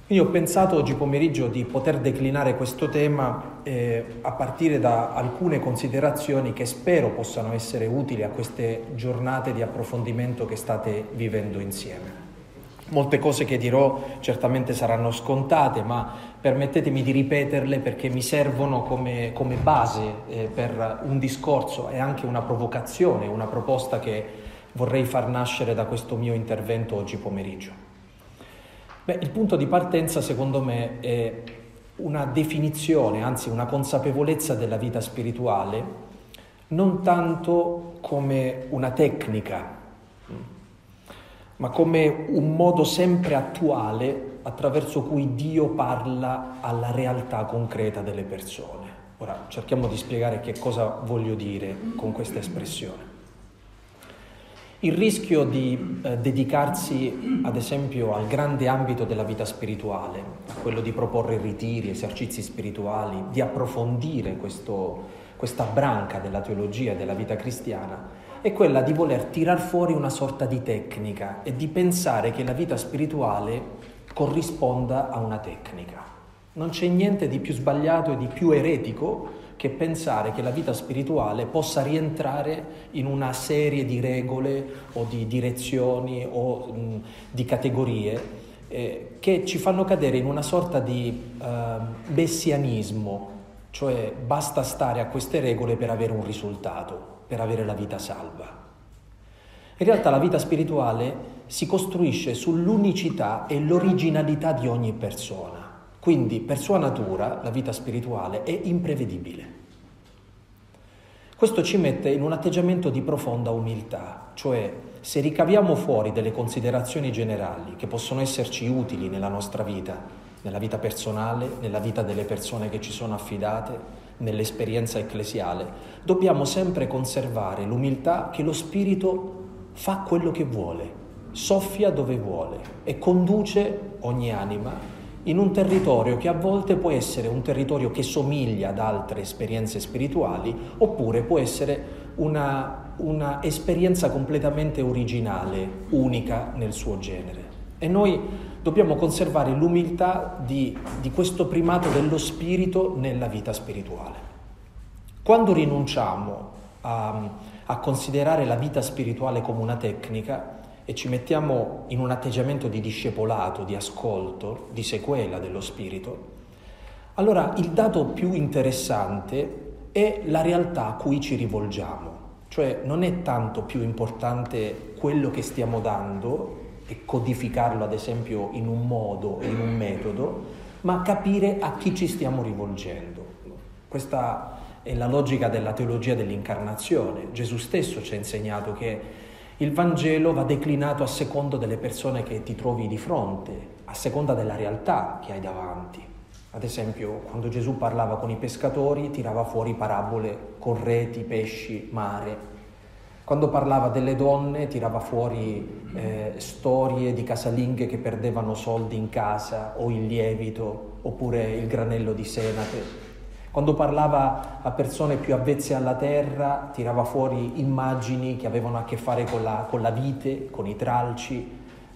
Io ho pensato oggi pomeriggio di poter declinare questo tema a partire da alcune considerazioni che spero possano essere utili a queste giornate di approfondimento che state vivendo insieme. Molte cose che dirò certamente saranno scontate, ma permettetemi di ripeterle perché mi servono come base per un discorso e anche una provocazione, una proposta che vorrei far nascere da questo mio intervento oggi pomeriggio. Il punto di partenza secondo me è una definizione, anzi una consapevolezza della vita spirituale, non tanto come una tecnica, ma come un modo sempre attuale attraverso cui Dio parla alla realtà concreta delle persone. Ora cerchiamo di spiegare che cosa voglio dire con questa espressione. Il rischio di dedicarsi, ad esempio, al grande ambito della vita spirituale, quello di proporre ritiri, esercizi spirituali, di approfondire questa branca della teologia e della vita cristiana, è quella di voler tirar fuori una sorta di tecnica e di pensare che la vita spirituale corrisponda a una tecnica. Non c'è niente di più sbagliato e di più eretico che pensare che la vita spirituale possa rientrare in una serie di regole o di direzioni o di categorie che ci fanno cadere in una sorta di messianismo, cioè basta stare a queste regole per avere un risultato, per avere la vita salva. In realtà la vita spirituale si costruisce sull'unicità e l'originalità di ogni persona. Quindi, per sua natura, la vita spirituale è imprevedibile. Questo ci mette in un atteggiamento di profonda umiltà, cioè se ricaviamo fuori delle considerazioni generali che possono esserci utili nella nostra vita, nella vita personale, nella vita delle persone che ci sono affidate, nell'esperienza ecclesiale, dobbiamo sempre conservare l'umiltà che lo Spirito fa quello che vuole, soffia dove vuole e conduce ogni anima in un territorio che a volte può essere un territorio che somiglia ad altre esperienze spirituali, oppure può essere una esperienza completamente originale, unica nel suo genere. E noi dobbiamo conservare l'umiltà di questo primato dello spirito nella vita spirituale. Quando rinunciamo a considerare la vita spirituale come una tecnica, e ci mettiamo in un atteggiamento di discepolato, di ascolto, di sequela dello Spirito, allora il dato più interessante è la realtà a cui ci rivolgiamo. Cioè non è tanto più importante quello che stiamo dando e codificarlo ad esempio in un modo, in un metodo, ma capire a chi ci stiamo rivolgendo. Questa è la logica della teologia dell'incarnazione. Gesù stesso ci ha insegnato che il Vangelo va declinato a secondo delle persone che ti trovi di fronte, a seconda della realtà che hai davanti. Ad esempio, quando Gesù parlava con i pescatori, tirava fuori parabole con reti, pesci, mare. Quando parlava delle donne, tirava fuori storie di casalinghe che perdevano soldi in casa, o il lievito, oppure il granello di senape. Quando parlava a persone più avvezze alla terra, tirava fuori immagini che avevano a che fare con la vite, con i tralci.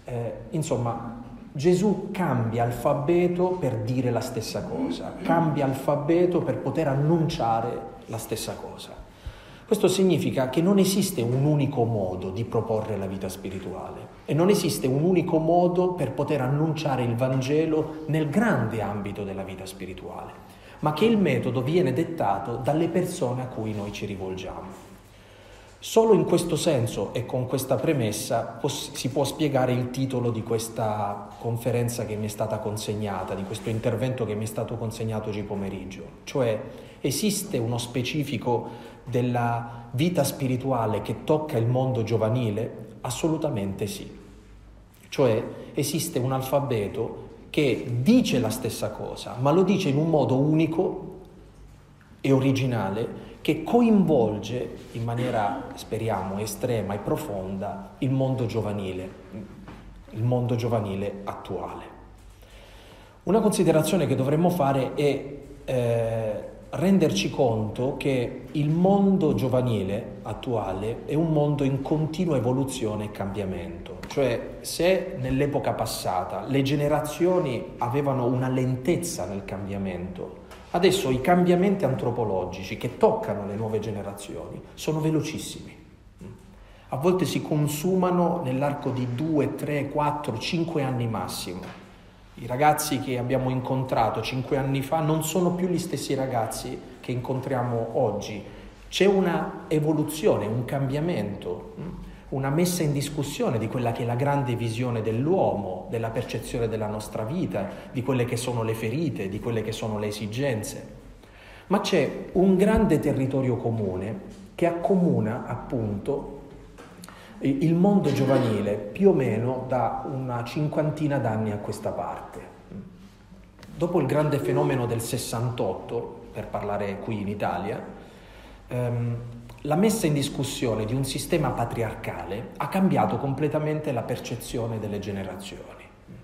Insomma, Gesù cambia alfabeto per dire la stessa cosa, cambia alfabeto per poter annunciare la stessa cosa. Questo significa che non esiste un unico modo di proporre la vita spirituale e non esiste un unico modo per poter annunciare il Vangelo nel grande ambito della vita spirituale, ma che il metodo viene dettato dalle persone a cui noi ci rivolgiamo. Solo in questo senso e con questa premessa si può spiegare il titolo di questa conferenza che mi è stata consegnata, di questo intervento che mi è stato consegnato oggi pomeriggio. Cioè, esiste uno specifico della vita spirituale che tocca il mondo giovanile? Assolutamente sì. Cioè, esiste un alfabeto che dice la stessa cosa, ma lo dice in un modo unico e originale che coinvolge in maniera, speriamo, estrema e profonda il mondo giovanile attuale. Una considerazione che dovremmo fare è renderci conto che il mondo giovanile attuale è un mondo in continua evoluzione e cambiamento. Cioè, se nell'epoca passata le generazioni avevano una lentezza nel cambiamento, adesso i cambiamenti antropologici che toccano le nuove generazioni sono velocissimi. A volte si consumano nell'arco di 2, 3, 4, 5 anni massimo. I ragazzi che abbiamo incontrato 5 anni fa non sono più gli stessi ragazzi che incontriamo oggi. C'è una evoluzione, un cambiamento, una messa in discussione di quella che è la grande visione dell'uomo, della percezione della nostra vita, di quelle che sono le ferite, di quelle che sono le esigenze. Ma c'è un grande territorio comune che accomuna appunto il mondo giovanile più o meno da una cinquantina d'anni a questa parte. Dopo il grande fenomeno del 68, per parlare qui in Italia, la messa in discussione di un sistema patriarcale ha cambiato completamente la percezione delle generazioni.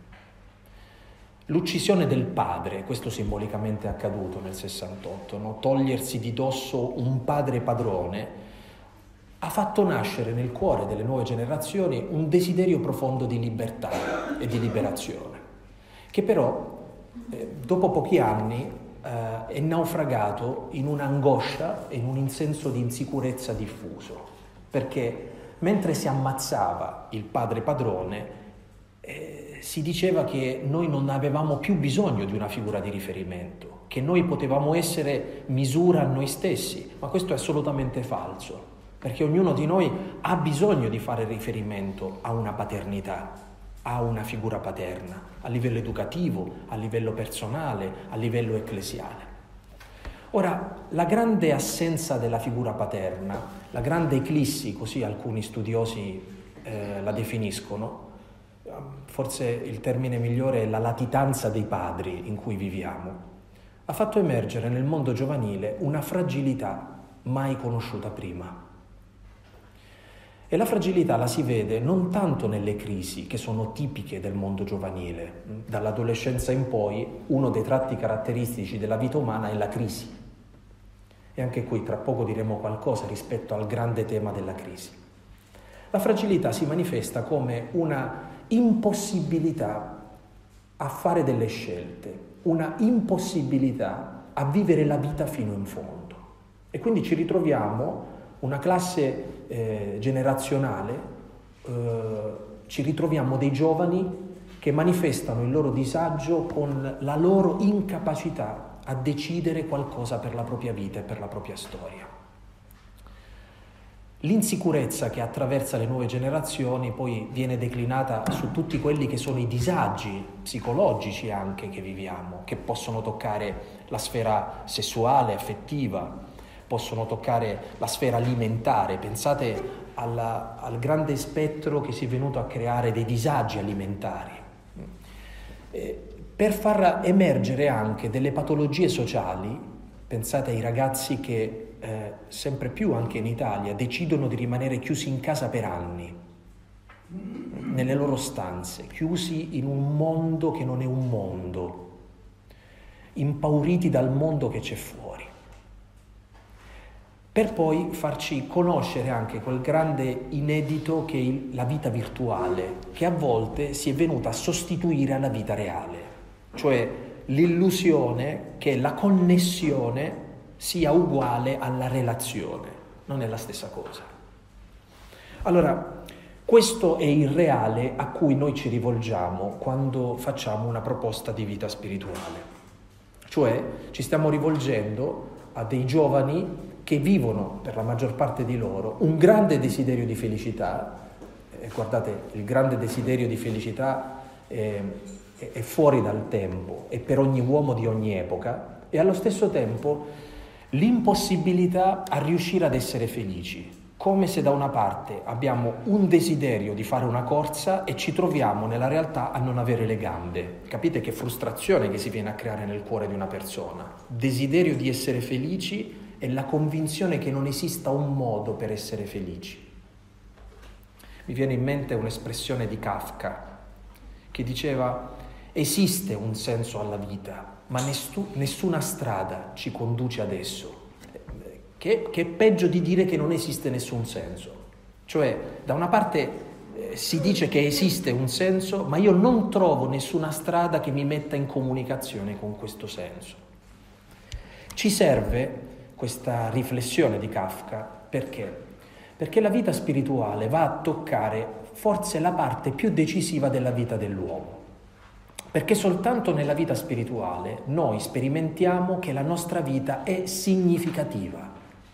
L'uccisione del padre, questo simbolicamente è accaduto nel 68, no? Togliersi di dosso un padre padrone, ha fatto nascere nel cuore delle nuove generazioni un desiderio profondo di libertà e di liberazione, che però dopo pochi anni è naufragato in un'angoscia e in un senso di insicurezza diffuso, perché mentre si ammazzava il padre padrone si diceva che noi non avevamo più bisogno di una figura di riferimento, che noi potevamo essere misura a noi stessi, ma questo è assolutamente falso. Perché ognuno di noi ha bisogno di fare riferimento a una paternità, a una figura paterna, a livello educativo, a livello personale, a livello ecclesiale. Ora, la grande assenza della figura paterna, la grande eclissi, così alcuni studiosi la definiscono, forse il termine migliore è la latitanza dei padri in cui viviamo, ha fatto emergere nel mondo giovanile una fragilità mai conosciuta prima. E la fragilità la si vede non tanto nelle crisi che sono tipiche del mondo giovanile. Dall'adolescenza in poi uno dei tratti caratteristici della vita umana è la crisi. E anche qui tra poco diremo qualcosa rispetto al grande tema della crisi. La fragilità si manifesta come una impossibilità a fare delle scelte, una impossibilità a vivere la vita fino in fondo. E quindi ci ritroviamo una classe generazionale, ci ritroviamo dei giovani che manifestano il loro disagio con la loro incapacità a decidere qualcosa per la propria vita e per la propria storia. L'insicurezza che attraversa le nuove generazioni poi viene declinata su tutti quelli che sono i disagi psicologici anche che viviamo, che possono toccare la sfera sessuale, affettiva, possono toccare la sfera alimentare. Pensate al grande spettro che si è venuto a creare dei disagi alimentari, per far emergere anche delle patologie sociali. Pensate ai ragazzi che sempre più anche in Italia decidono di rimanere chiusi in casa per anni, nelle loro stanze, chiusi in un mondo che non è un mondo, impauriti dal mondo che c'è fuori, per poi farci conoscere anche quel grande inedito che è la vita virtuale, che a volte si è venuta a sostituire alla vita reale, cioè l'illusione che la connessione sia uguale alla relazione. Non è la stessa cosa. Allora, questo è il reale a cui noi ci rivolgiamo quando facciamo una proposta di vita spirituale. Cioè ci stiamo rivolgendo a dei giovani che vivono, per la maggior parte di loro, un grande desiderio di felicità. Guardate, il grande desiderio di felicità è fuori dal tempo, è per ogni uomo di ogni epoca, e allo stesso tempo l'impossibilità a riuscire ad essere felici, come se da una parte abbiamo un desiderio di fare una corsa e ci troviamo nella realtà a non avere le gambe. Capite che frustrazione che si viene a creare nel cuore di una persona? Desiderio di essere felici e la convinzione che non esista un modo per essere felici. Mi viene in mente un'espressione di Kafka che diceva: esiste un senso alla vita, ma nessuna strada ci conduce ad esso. Che è peggio di dire che non esiste nessun senso. Cioè, da una parte si dice che esiste un senso, ma io non trovo nessuna strada che mi metta in comunicazione con questo senso. Ci serve questa riflessione di Kafka perché? Perché la vita spirituale va a toccare forse la parte più decisiva della vita dell'uomo. Perché soltanto nella vita spirituale noi sperimentiamo che la nostra vita è significativa.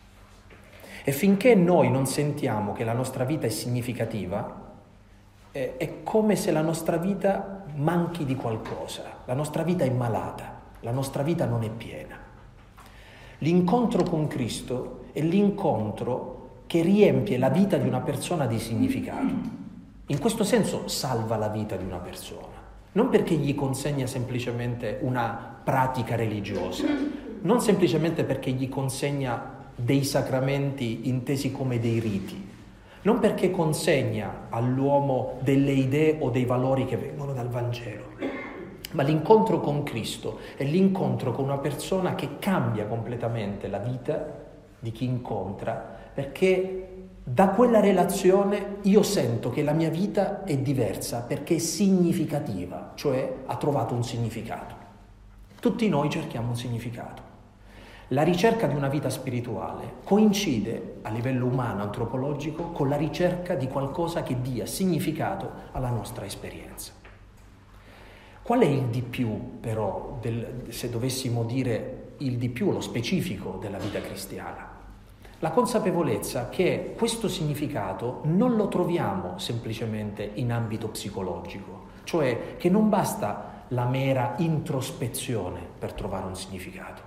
E finché noi non sentiamo che la nostra vita è significativa, è come se la nostra vita manchi di qualcosa. La nostra vita è malata, la nostra vita non è piena. L'incontro con Cristo è l'incontro che riempie la vita di una persona di significato. In questo senso salva la vita di una persona. Non perché gli consegna semplicemente una pratica religiosa, non semplicemente perché gli consegna dei sacramenti intesi come dei riti, non perché consegna all'uomo delle idee o dei valori che vengono dal Vangelo, ma l'incontro con Cristo è l'incontro con una persona che cambia completamente la vita di chi incontra, perché da quella relazione io sento che la mia vita è diversa perché è significativa, cioè ha trovato un significato. Tutti noi cerchiamo un significato. La ricerca di una vita spirituale coincide a livello umano, antropologico, con la ricerca di qualcosa che dia significato alla nostra esperienza. Qual è il di più, però, se dovessimo dire il di più, lo specifico della vita cristiana? La consapevolezza che questo significato non lo troviamo semplicemente in ambito psicologico, cioè che non basta la mera introspezione per trovare un significato.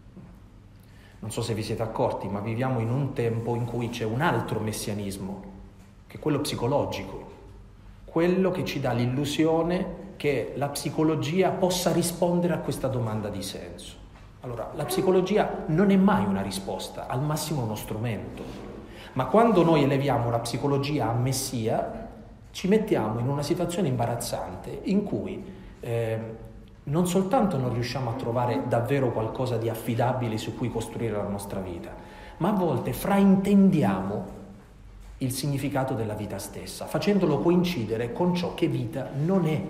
Non so se vi siete accorti, ma viviamo in un tempo in cui c'è un altro messianismo, che è quello psicologico, quello che ci dà l'illusione che la psicologia possa rispondere a questa domanda di senso. Allora, la psicologia non è mai una risposta, al massimo uno strumento, ma quando noi eleviamo la psicologia a messia, ci mettiamo in una situazione imbarazzante in cui non soltanto non riusciamo a trovare davvero qualcosa di affidabile su cui costruire la nostra vita, ma a volte fraintendiamo il significato della vita stessa, facendolo coincidere con ciò che vita non è.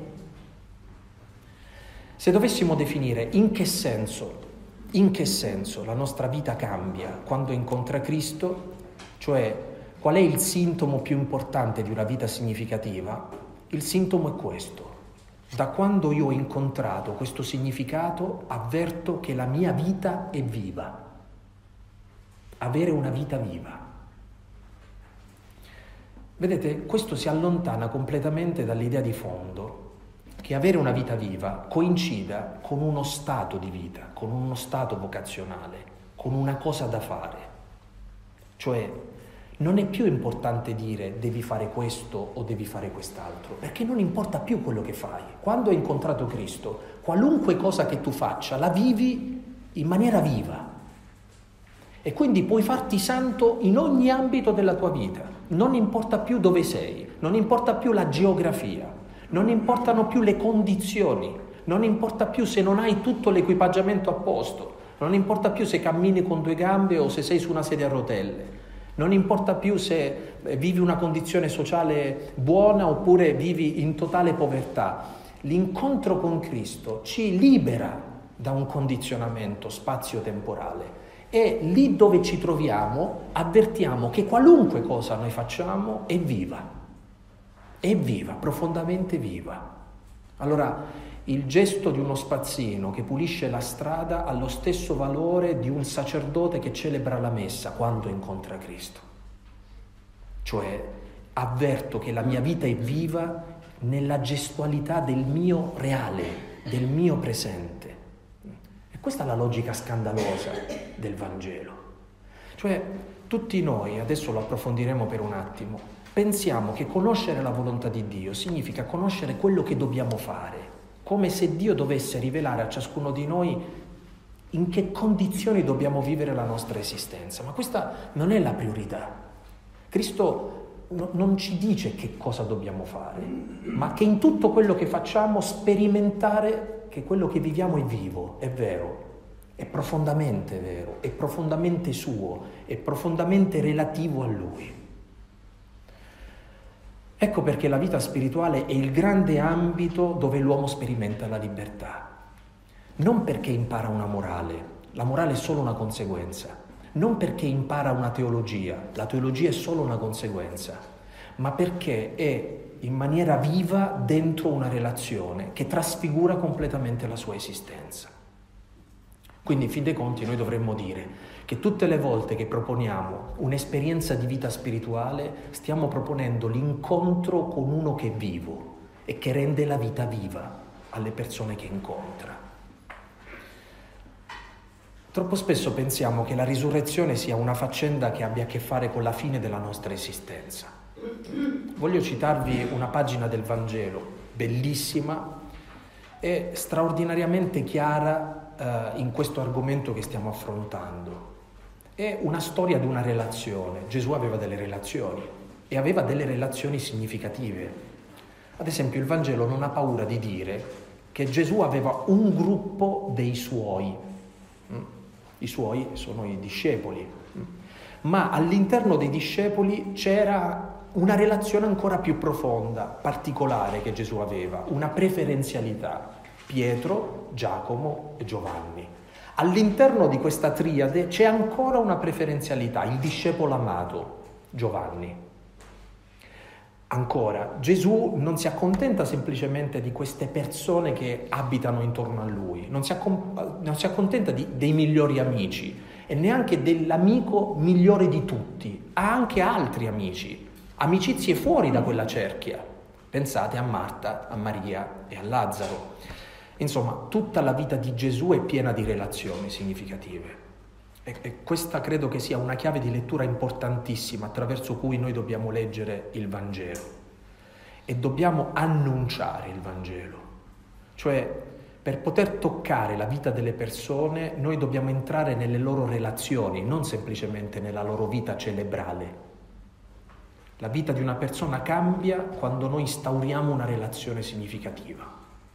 Se dovessimo definire in che senso la nostra vita cambia quando incontra Cristo, cioè qual è il sintomo più importante di una vita significativa, il sintomo è questo. Da quando io ho incontrato questo significato, avverto che la mia vita è viva. Avere una vita viva. Vedete, questo si allontana completamente dall'idea di fondo che avere una vita viva coincida con uno stato di vita, con uno stato vocazionale, con una cosa da fare. Cioè, non è più importante dire devi fare questo o devi fare quest'altro, perché non importa più quello che fai. Quando hai incontrato Cristo, qualunque cosa che tu faccia, la vivi in maniera viva. E quindi puoi farti santo in ogni ambito della tua vita. Non importa più dove sei, non importa più la geografia, non importano più le condizioni, non importa più se non hai tutto l'equipaggiamento a posto, non importa più se cammini con due gambe o se sei su una sedia a rotelle, non importa più se vivi una condizione sociale buona oppure vivi in totale povertà. L'incontro con Cristo ci libera da un condizionamento spazio-temporale e lì dove ci troviamo avvertiamo che qualunque cosa noi facciamo è viva, profondamente viva. Allora, il gesto di uno spazzino che pulisce la strada ha lo stesso valore di un sacerdote che celebra la messa quando incontra Cristo. Cioè, avverto che la mia vita è viva nella gestualità del mio reale, del mio presente. E questa è la logica scandalosa del Vangelo. Cioè, tutti noi, adesso lo approfondiremo per un attimo, pensiamo che conoscere la volontà di Dio significa conoscere quello che dobbiamo fare, come se Dio dovesse rivelare a ciascuno di noi in che condizioni dobbiamo vivere la nostra esistenza. Ma questa non è la priorità. Cristo non ci dice che cosa dobbiamo fare, ma che in tutto quello che facciamo sperimentare che quello che viviamo è vivo, è vero, è profondamente suo, è profondamente relativo a Lui. Ecco perché la vita spirituale è il grande ambito dove l'uomo sperimenta la libertà. Non perché impara una morale, la morale è solo una conseguenza. Non perché impara una teologia, la teologia è solo una conseguenza, ma perché è in maniera viva dentro una relazione che trasfigura completamente la sua esistenza. Quindi, in fin dei conti, noi dovremmo dire che tutte le volte che proponiamo un'esperienza di vita spirituale, stiamo proponendo l'incontro con uno che è vivo e che rende la vita viva alle persone che incontra. Troppo spesso pensiamo che la risurrezione sia una faccenda che abbia a che fare con la fine della nostra esistenza. Voglio citarvi una pagina del Vangelo, bellissima e straordinariamente chiara in questo argomento che stiamo affrontando. È una storia di una relazione. Gesù aveva delle relazioni e aveva delle relazioni significative. Ad esempio, il Vangelo non ha paura di dire che Gesù aveva un gruppo dei suoi. I suoi sono i discepoli, ma all'interno dei discepoli c'era una relazione ancora più profonda, particolare che Gesù aveva, una preferenzialità. Pietro, Giacomo e Giovanni. All'interno di questa triade c'è ancora una preferenzialità, il discepolo amato, Giovanni. Ancora, Gesù non si accontenta semplicemente di queste persone che abitano intorno a lui, non si accontenta dei migliori amici e neanche dell'amico migliore di tutti, ha anche altri amici, amicizie fuori da quella cerchia. Pensate a Marta, a Maria e a Lazzaro. Insomma, tutta la vita di Gesù è piena di relazioni significative. E questa credo che sia una chiave di lettura importantissima attraverso cui noi dobbiamo leggere il Vangelo e dobbiamo annunciare il Vangelo. Cioè, per poter toccare la vita delle persone, noi dobbiamo entrare nelle loro relazioni, non semplicemente nella loro vita cerebrale. La vita di una persona cambia quando noi instauriamo una relazione significativa.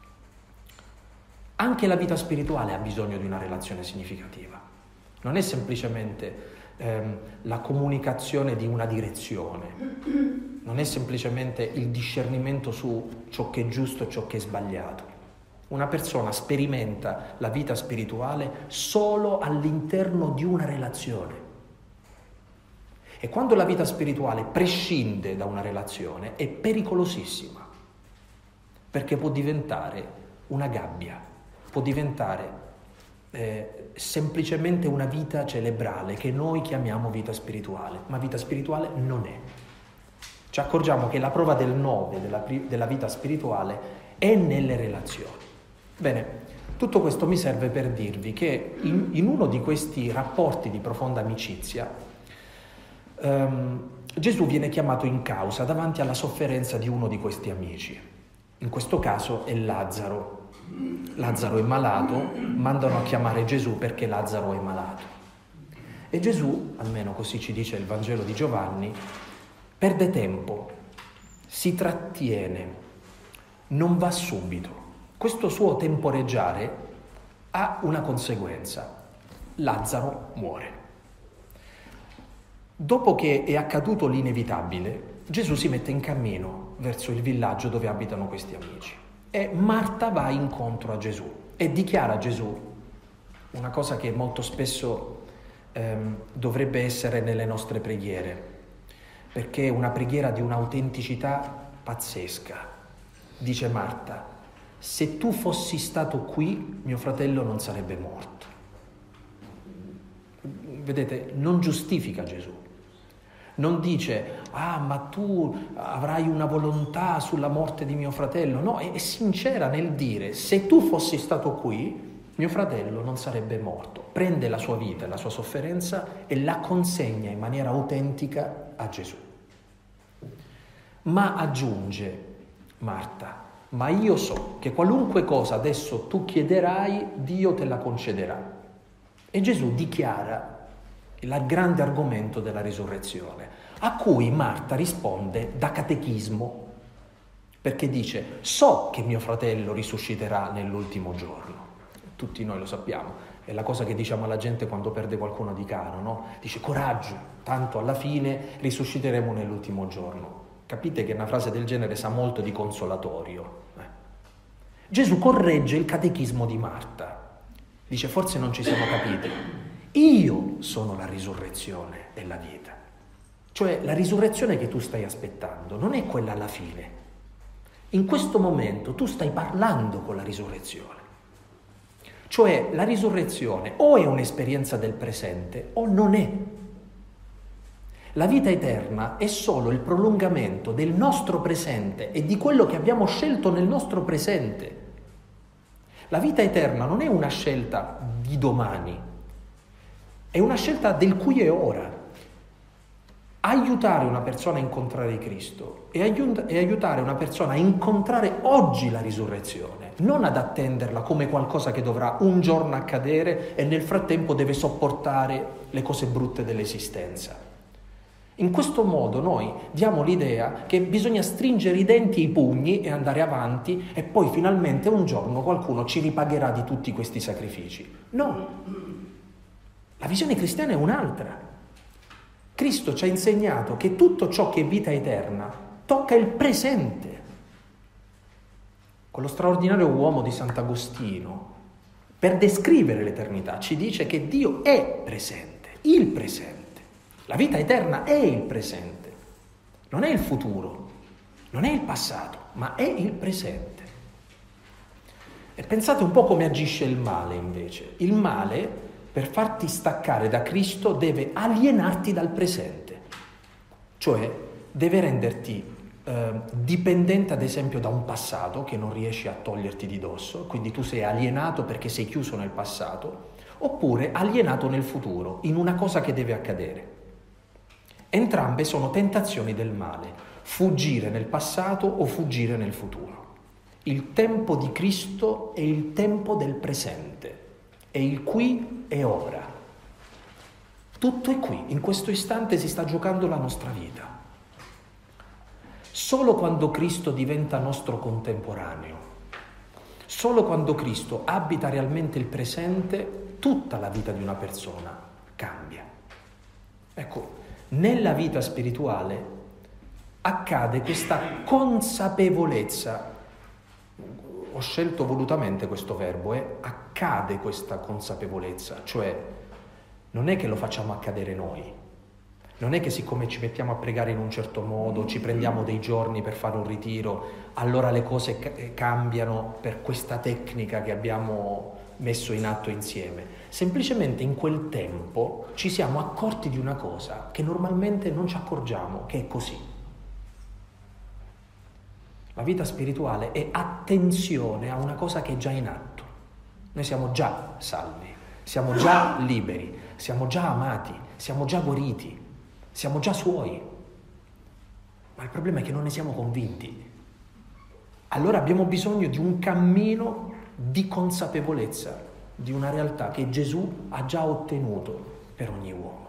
Anche la vita spirituale ha bisogno di una relazione significativa. Non è semplicemente la comunicazione di una direzione, non è semplicemente il discernimento su ciò che è giusto e ciò che è sbagliato. Una persona sperimenta la vita spirituale solo all'interno di una relazione. E quando la vita spirituale prescinde da una relazione è pericolosissima, perché può diventare una gabbia, può diventare semplicemente una vita cerebrale che noi chiamiamo vita spirituale, ma vita spirituale non è. Ci accorgiamo che la prova del 9 della vita spirituale è nelle relazioni. Bene, tutto questo mi serve per dirvi che in uno di questi rapporti di profonda amicizia Gesù viene chiamato in causa davanti alla sofferenza di uno di questi amici. In questo caso è Lazzaro. Lazzaro è malato, mandano a chiamare Gesù perché Lazzaro è malato. E Gesù, almeno così ci dice il Vangelo di Giovanni, perde tempo, si trattiene, non va subito. Questo suo temporeggiare ha una conseguenza: Lazzaro muore. Dopo che è accaduto l'inevitabile, Gesù si mette in cammino verso il villaggio dove abitano questi amici. E Marta va incontro a Gesù e dichiara a Gesù una cosa che molto spesso dovrebbe essere nelle nostre preghiere, perché è una preghiera di un'autenticità pazzesca. Dice Marta: se tu fossi stato qui, mio fratello non sarebbe morto. Vedete, non giustifica Gesù. Non dice, ma tu avrai una volontà sulla morte di mio fratello. No, è sincera nel dire, se tu fossi stato qui, mio fratello non sarebbe morto. Prende la sua vita e la sua sofferenza e la consegna in maniera autentica a Gesù. Ma aggiunge Marta, ma io so che qualunque cosa adesso tu chiederai, Dio te la concederà. E Gesù dichiara il grande argomento della risurrezione, a cui Marta risponde da catechismo, perché dice: so che mio fratello risusciterà nell'ultimo giorno. Tutti noi lo sappiamo, è la cosa che diciamo alla gente quando perde qualcuno di caro, no? Dice: coraggio, tanto alla fine risusciteremo nell'ultimo giorno. Capite che una frase del genere sa molto di consolatorio. Gesù corregge il catechismo di Marta. Dice, forse non ci siamo capiti. Io sono la risurrezione e la vita. Cioè, la risurrezione che tu stai aspettando non è quella alla fine. In questo momento tu stai parlando con la risurrezione. Cioè, la risurrezione o è un'esperienza del presente o non è. La vita eterna è solo il prolungamento del nostro presente e di quello che abbiamo scelto nel nostro presente. La vita eterna non è una scelta di domani, è una scelta del qui e ora. Aiutare una persona a incontrare Cristo e aiutare una persona a incontrare oggi la risurrezione, non ad attenderla come qualcosa che dovrà un giorno accadere e nel frattempo deve sopportare le cose brutte dell'esistenza. In questo modo noi diamo l'idea che bisogna stringere i denti e i pugni e andare avanti e poi finalmente un giorno qualcuno ci ripagherà di tutti questi sacrifici. No, la visione cristiana è un'altra. Cristo ci ha insegnato che tutto ciò che è vita eterna tocca il presente. Quello straordinario uomo di Sant'Agostino, per descrivere l'eternità, ci dice che Dio è presente, il presente. La vita eterna è il presente, non è il futuro, non è il passato, ma è il presente. E pensate un po' come agisce il male invece. Il male, per farti staccare da Cristo, deve alienarti dal presente, cioè deve renderti dipendente ad esempio da un passato che non riesci a toglierti di dosso, quindi tu sei alienato perché sei chiuso nel passato, oppure alienato nel futuro, in una cosa che deve accadere. Entrambe sono tentazioni del male, fuggire nel passato o fuggire nel futuro. Il tempo di Cristo è il tempo del presente, è il qui e ora. Tutto è qui, in questo istante si sta giocando la nostra vita. Solo quando Cristo diventa nostro contemporaneo, solo quando Cristo abita realmente il presente, tutta la vita di una persona cambia. Ecco, nella vita spirituale accade questa consapevolezza, ho scelto volutamente questo verbo, accade questa consapevolezza, cioè non è che lo facciamo accadere noi, non è che siccome ci mettiamo a pregare in un certo modo, ci prendiamo dei giorni per fare un ritiro, allora le cose cambiano per questa tecnica che abbiamo messo in atto insieme. Semplicemente in quel tempo ci siamo accorti di una cosa che normalmente non ci accorgiamo, che è così. La vita spirituale è attenzione a una cosa che è già in atto. Noi siamo già salvi, siamo già liberi, siamo già amati, siamo già guariti, siamo già suoi. Ma il problema è che non ne siamo convinti. Allora abbiamo bisogno di un cammino di consapevolezza di una realtà che Gesù ha già ottenuto per ogni uomo.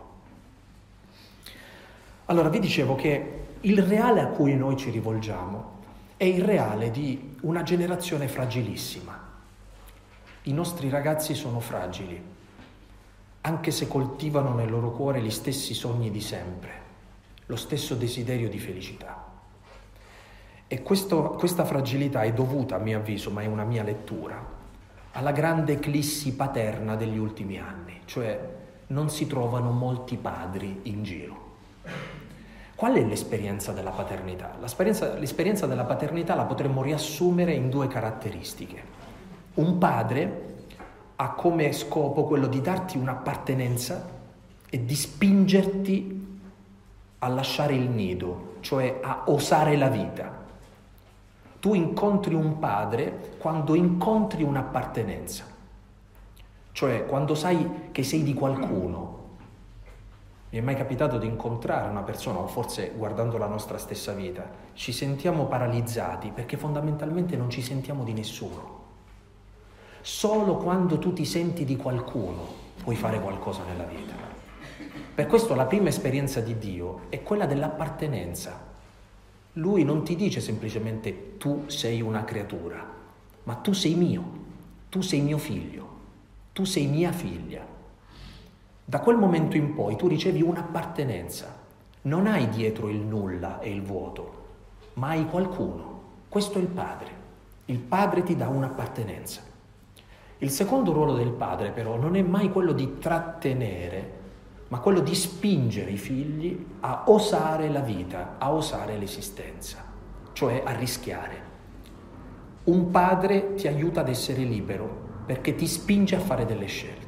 Allora vi dicevo che il reale a cui noi ci rivolgiamo è il reale di una generazione fragilissima. I nostri ragazzi sono fragili, anche se coltivano nel loro cuore gli stessi sogni di sempre, lo stesso desiderio di felicità. E questa fragilità è dovuta, a mio avviso, ma è una mia lettura, alla grande eclissi paterna degli ultimi anni, cioè non si trovano molti padri in giro. Qual è l'esperienza della paternità? L'esperienza della paternità la potremmo riassumere in due caratteristiche. Un padre ha come scopo quello di darti un'appartenenza e di spingerti a lasciare il nido, cioè a osare la vita. Tu incontri un padre quando incontri un'appartenenza, cioè quando sai che sei di qualcuno. Mi è mai capitato di incontrare una persona, o forse guardando la nostra stessa vita, ci sentiamo paralizzati perché fondamentalmente non ci sentiamo di nessuno. Solo quando tu ti senti di qualcuno puoi fare qualcosa nella vita. Per questo la prima esperienza di Dio è quella dell'appartenenza. Lui non ti dice semplicemente tu sei una creatura, ma tu sei mio, tu sei mio figlio, tu sei mia figlia. Da quel momento in poi tu ricevi un'appartenenza, non hai dietro il nulla e il vuoto, ma hai qualcuno. Questo è il padre. Il padre ti dà un'appartenenza. Il secondo ruolo del padre, però, non è mai quello di trattenere, ma quello di spingere i figli a osare la vita, a osare l'esistenza, cioè a rischiare. Un padre ti aiuta ad essere libero perché ti spinge a fare delle scelte.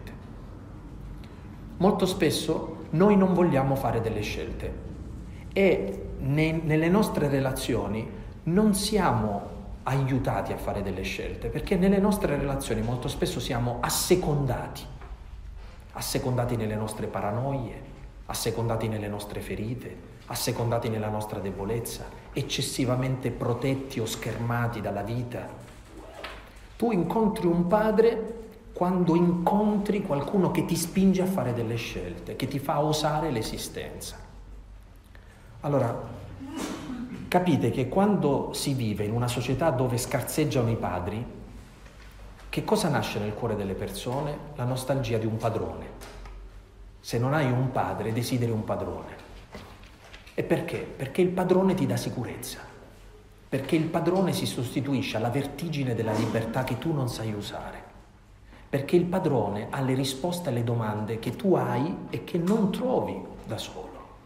Molto spesso noi non vogliamo fare delle scelte e nelle nostre relazioni non siamo aiutati a fare delle scelte, perché nelle nostre relazioni molto spesso siamo assecondati nelle nostre paranoie, assecondati nelle nostre ferite, assecondati nella nostra debolezza, eccessivamente protetti o schermati dalla vita. Tu incontri un padre quando incontri qualcuno che ti spinge a fare delle scelte, che ti fa osare l'esistenza. Allora, capite che quando si vive in una società dove scarseggiano i padri, che cosa nasce nel cuore delle persone? La nostalgia di un padrone. Se non hai un padre, desideri un padrone. E perché? Perché il padrone ti dà sicurezza. Perché il padrone si sostituisce alla vertigine della libertà che tu non sai usare. Perché il padrone ha le risposte alle domande che tu hai e che non trovi da solo.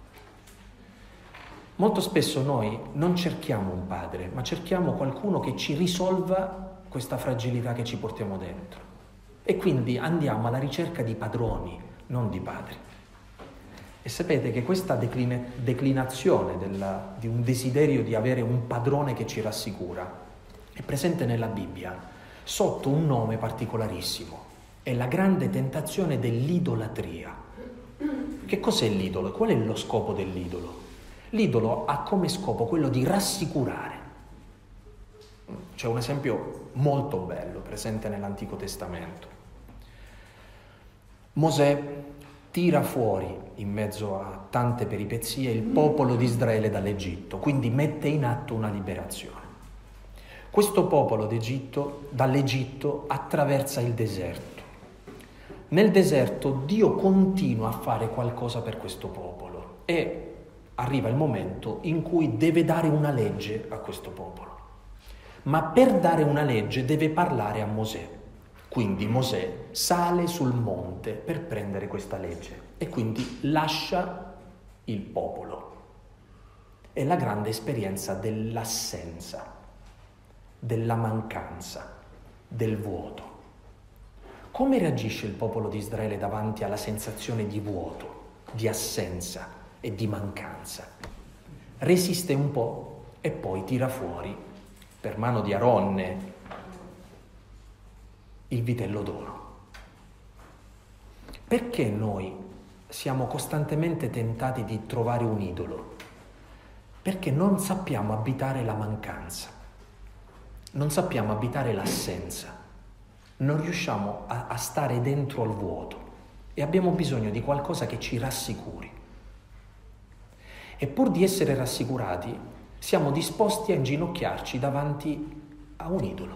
Molto spesso noi non cerchiamo un padre, ma cerchiamo qualcuno che ci risolva questa fragilità che ci portiamo dentro. E quindi andiamo alla ricerca di padroni, non di padri. E sapete che questa declinazione di un desiderio di avere un padrone che ci rassicura è presente nella Bibbia sotto un nome particolarissimo. È la grande tentazione dell'idolatria. Che cos'è l'idolo? Qual è lo scopo dell'idolo? L'idolo ha come scopo quello di rassicurare. C'è un esempio molto bello presente nell'Antico Testamento. Mosè tira fuori, in mezzo a tante peripezie, il popolo di Israele dall'Egitto, quindi mette in atto una liberazione. Questo popolo dall'Egitto attraversa il deserto. Nel deserto Dio continua a fare qualcosa per questo popolo e arriva il momento in cui deve dare una legge a questo popolo. Ma per dare una legge deve parlare a Mosè. Quindi Mosè sale sul monte per prendere questa legge e quindi lascia il popolo. È la grande esperienza dell'assenza, della mancanza, del vuoto. Come reagisce il popolo di Israele davanti alla sensazione di vuoto, di assenza e di mancanza? Resiste un po' e poi tira fuori, per mano di Aronne, il vitello d'oro. Perché noi siamo costantemente tentati di trovare un idolo? Perché non sappiamo abitare la mancanza, non sappiamo abitare l'assenza, non riusciamo a stare dentro al vuoto e abbiamo bisogno di qualcosa che ci rassicuri. E pur di essere rassicurati, siamo disposti a inginocchiarci davanti a un idolo.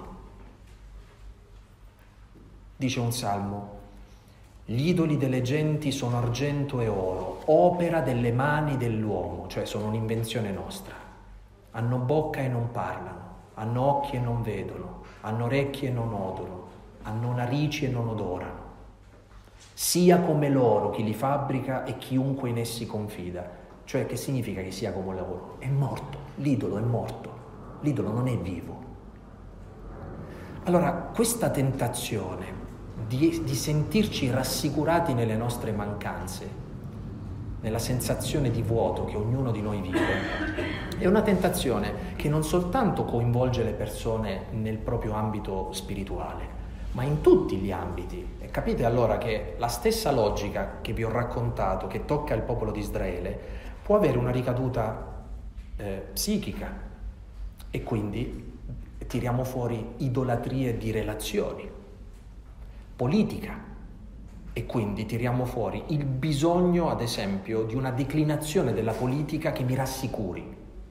Dice un salmo: gli idoli delle genti sono argento e oro, opera delle mani dell'uomo, cioè sono un'invenzione nostra. Hanno bocca e non parlano, hanno occhi e non vedono, hanno orecchie e non odono, hanno narici e non odorano. Sia come loro chi li fabbrica e chiunque in essi confida. Cioè, che significa che sia come loro? È morto, l'idolo è morto, l'idolo non è vivo. Allora, questa tentazione di sentirci rassicurati nelle nostre mancanze, nella sensazione di vuoto che ognuno di noi vive, è una tentazione che non soltanto coinvolge le persone nel proprio ambito spirituale, ma in tutti gli ambiti. E capite allora che la stessa logica che vi ho raccontato, che tocca il popolo di Israele, può avere una ricaduta psichica, e quindi tiriamo fuori idolatrie di relazioni, politica, e quindi tiriamo fuori il bisogno, ad esempio, di una declinazione della politica che mi rassicuri.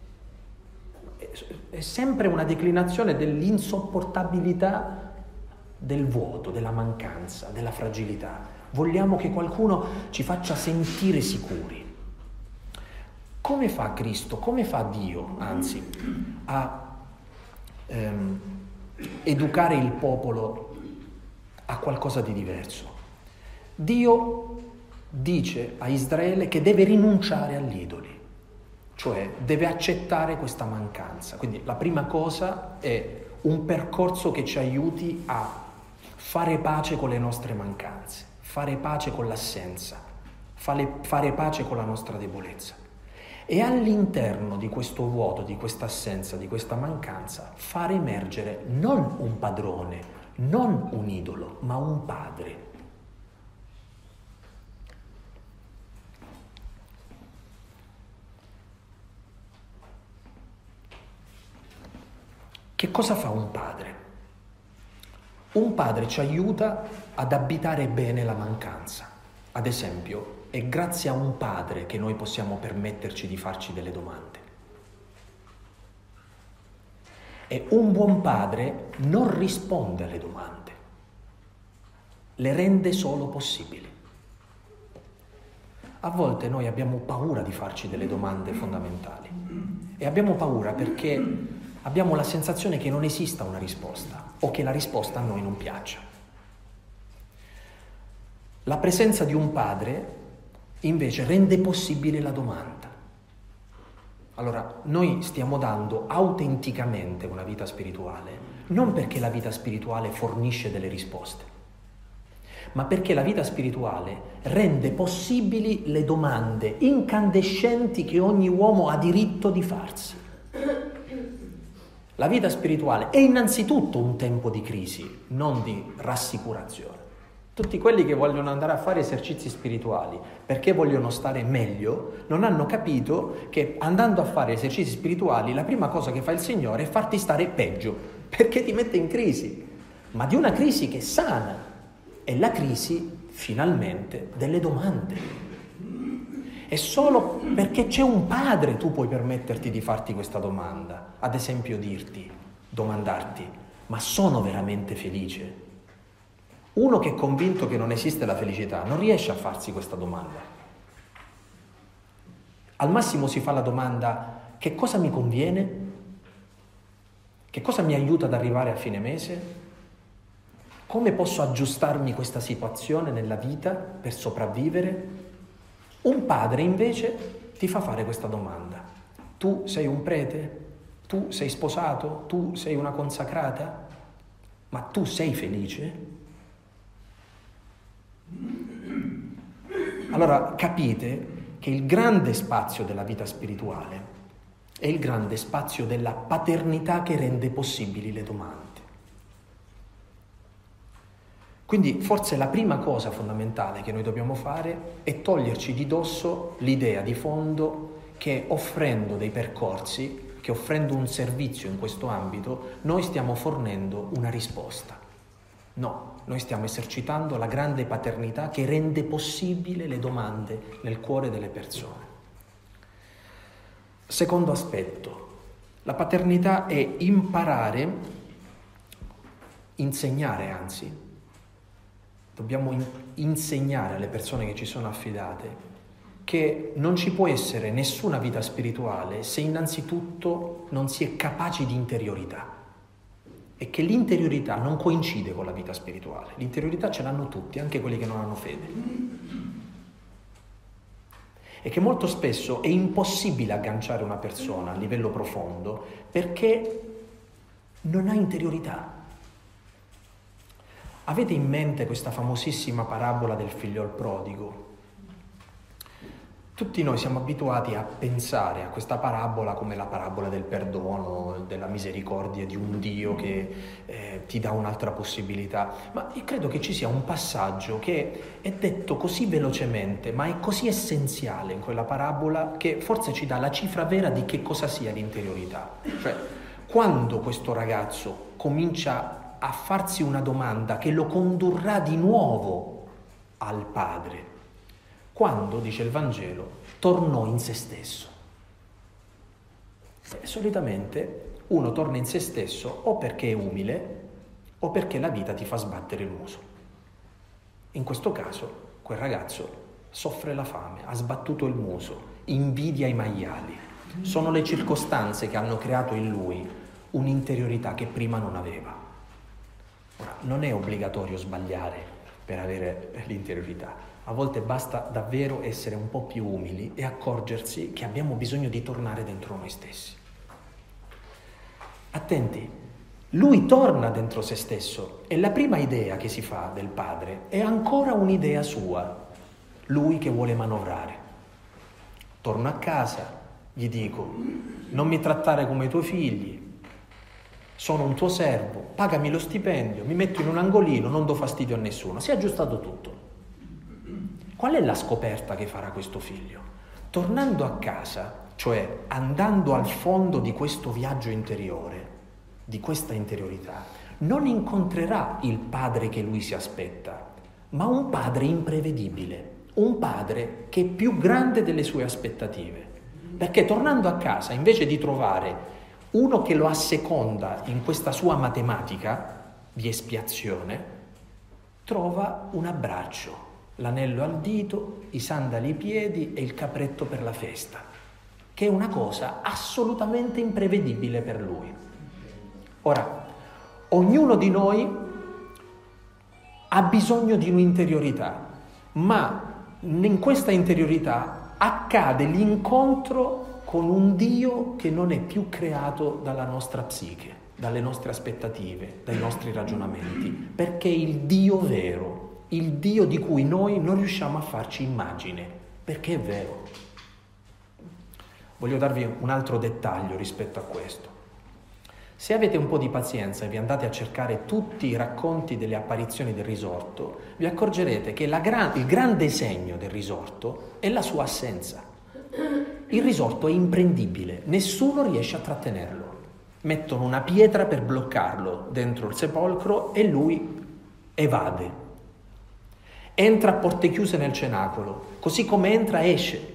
È sempre una declinazione dell'insopportabilità del vuoto, della mancanza, della fragilità. Vogliamo che qualcuno ci faccia sentire sicuri. Come fa Cristo, come fa Dio, anzi, a educare il popolo a qualcosa di diverso? Dio dice a Israele che deve rinunciare agli idoli, cioè deve accettare questa mancanza. Quindi la prima cosa è un percorso che ci aiuti a fare pace con le nostre mancanze, fare pace con l'assenza, fare pace con la nostra debolezza. E all'interno di questo vuoto, di questa assenza, di questa mancanza, fare emergere non un padrone, non un idolo, ma un padre. Che cosa fa un padre? Un padre ci aiuta ad abitare bene la mancanza. Ad esempio, è grazie a un padre che noi possiamo permetterci di farci delle domande. E un buon padre non risponde alle domande, le rende solo possibili. A volte noi abbiamo paura di farci delle domande fondamentali e abbiamo paura perché abbiamo la sensazione che non esista una risposta o che la risposta a noi non piaccia. La presenza di un padre invece rende possibile la domanda. Allora, noi stiamo dando autenticamente una vita spirituale, non perché la vita spirituale fornisce delle risposte, ma perché la vita spirituale rende possibili le domande incandescenti che ogni uomo ha diritto di farsi. La vita spirituale è innanzitutto un tempo di crisi, non di rassicurazione. Tutti quelli che vogliono andare a fare esercizi spirituali perché vogliono stare meglio, non hanno capito che andando a fare esercizi spirituali la prima cosa che fa il Signore è farti stare peggio, perché ti mette in crisi, ma di una crisi che sana, è la crisi finalmente delle domande. E solo perché c'è un padre tu puoi permetterti di farti questa domanda, ad esempio domandarti, ma sono veramente felice? Uno che è convinto che non esiste la felicità non riesce a farsi questa domanda. Al massimo si fa la domanda: che cosa mi conviene? Che cosa mi aiuta ad arrivare a fine mese? Come posso aggiustarmi questa situazione nella vita per sopravvivere? Un padre invece ti fa fare questa domanda. Tu sei un prete? Tu sei sposato? Tu sei una consacrata? Ma tu sei felice? Allora capite che il grande spazio della vita spirituale è il grande spazio della paternità che rende possibili le domande. Quindi forse la prima cosa fondamentale che noi dobbiamo fare è toglierci di dosso l'idea di fondo che offrendo dei percorsi, che offrendo un servizio in questo ambito, noi stiamo fornendo una risposta. No, noi stiamo esercitando la grande paternità che rende possibile le domande nel cuore delle persone. Secondo aspetto, la paternità è insegnare anzi. Dobbiamo insegnare alle persone che ci sono affidate che non ci può essere nessuna vita spirituale se innanzitutto non si è capaci di interiorità. E che l'interiorità non coincide con la vita spirituale. L'interiorità ce l'hanno tutti, anche quelli che non hanno fede. E che molto spesso è impossibile agganciare una persona a livello profondo perché non ha interiorità. Avete in mente questa famosissima parabola del figliol prodigo? Tutti noi siamo abituati a pensare a questa parabola come la parabola del perdono, della misericordia di un Dio che ti dà un'altra possibilità. Ma io credo che ci sia un passaggio che è detto così velocemente, ma è così essenziale in quella parabola che forse ci dà la cifra vera di che cosa sia l'interiorità. Cioè, quando questo ragazzo comincia a farsi una domanda che lo condurrà di nuovo al Padre, quando, dice il Vangelo, tornò in se stesso. E solitamente uno torna in se stesso o perché è umile o perché la vita ti fa sbattere il muso. In questo caso, quel ragazzo soffre la fame, ha sbattuto il muso, invidia i maiali. Sono le circostanze che hanno creato in lui un'interiorità che prima non aveva. Ora, non è obbligatorio sbagliare per avere l'interiorità. A volte basta davvero essere un po' più umili e accorgersi che abbiamo bisogno di tornare dentro noi stessi. Attenti, lui torna dentro se stesso e la prima idea che si fa del padre è ancora un'idea sua, lui che vuole manovrare. Torno a casa, gli dico, non mi trattare come i tuoi figli, sono un tuo servo, pagami lo stipendio, mi metto in un angolino, non do fastidio a nessuno. Si è aggiustato tutto. Qual è la scoperta che farà questo figlio? Tornando a casa, cioè andando al fondo di questo viaggio interiore, di questa interiorità, non incontrerà il padre che lui si aspetta, ma un padre imprevedibile, un padre che è più grande delle sue aspettative. Perché tornando a casa, invece di trovare uno che lo asseconda in questa sua matematica di espiazione, trova un abbraccio, l'anello al dito, i sandali ai piedi e il capretto per la festa, che è una cosa assolutamente imprevedibile per lui. Ora, ognuno di noi ha bisogno di un'interiorità, ma in questa interiorità accade l'incontro con un Dio che non è più creato dalla nostra psiche, dalle nostre aspettative, dai nostri ragionamenti, perché è il Dio vero, il Dio di cui noi non riusciamo a farci immagine, perché è vero. Voglio darvi un altro dettaglio rispetto a questo. Se avete un po' di pazienza e vi andate a cercare tutti i racconti delle apparizioni del risorto, vi accorgerete che il grande segno del risorto è la sua assenza. Il risorto è imprendibile, nessuno riesce a trattenerlo. Mettono una pietra per bloccarlo dentro il sepolcro e lui evade. Entra a porte chiuse nel cenacolo, così come entra esce.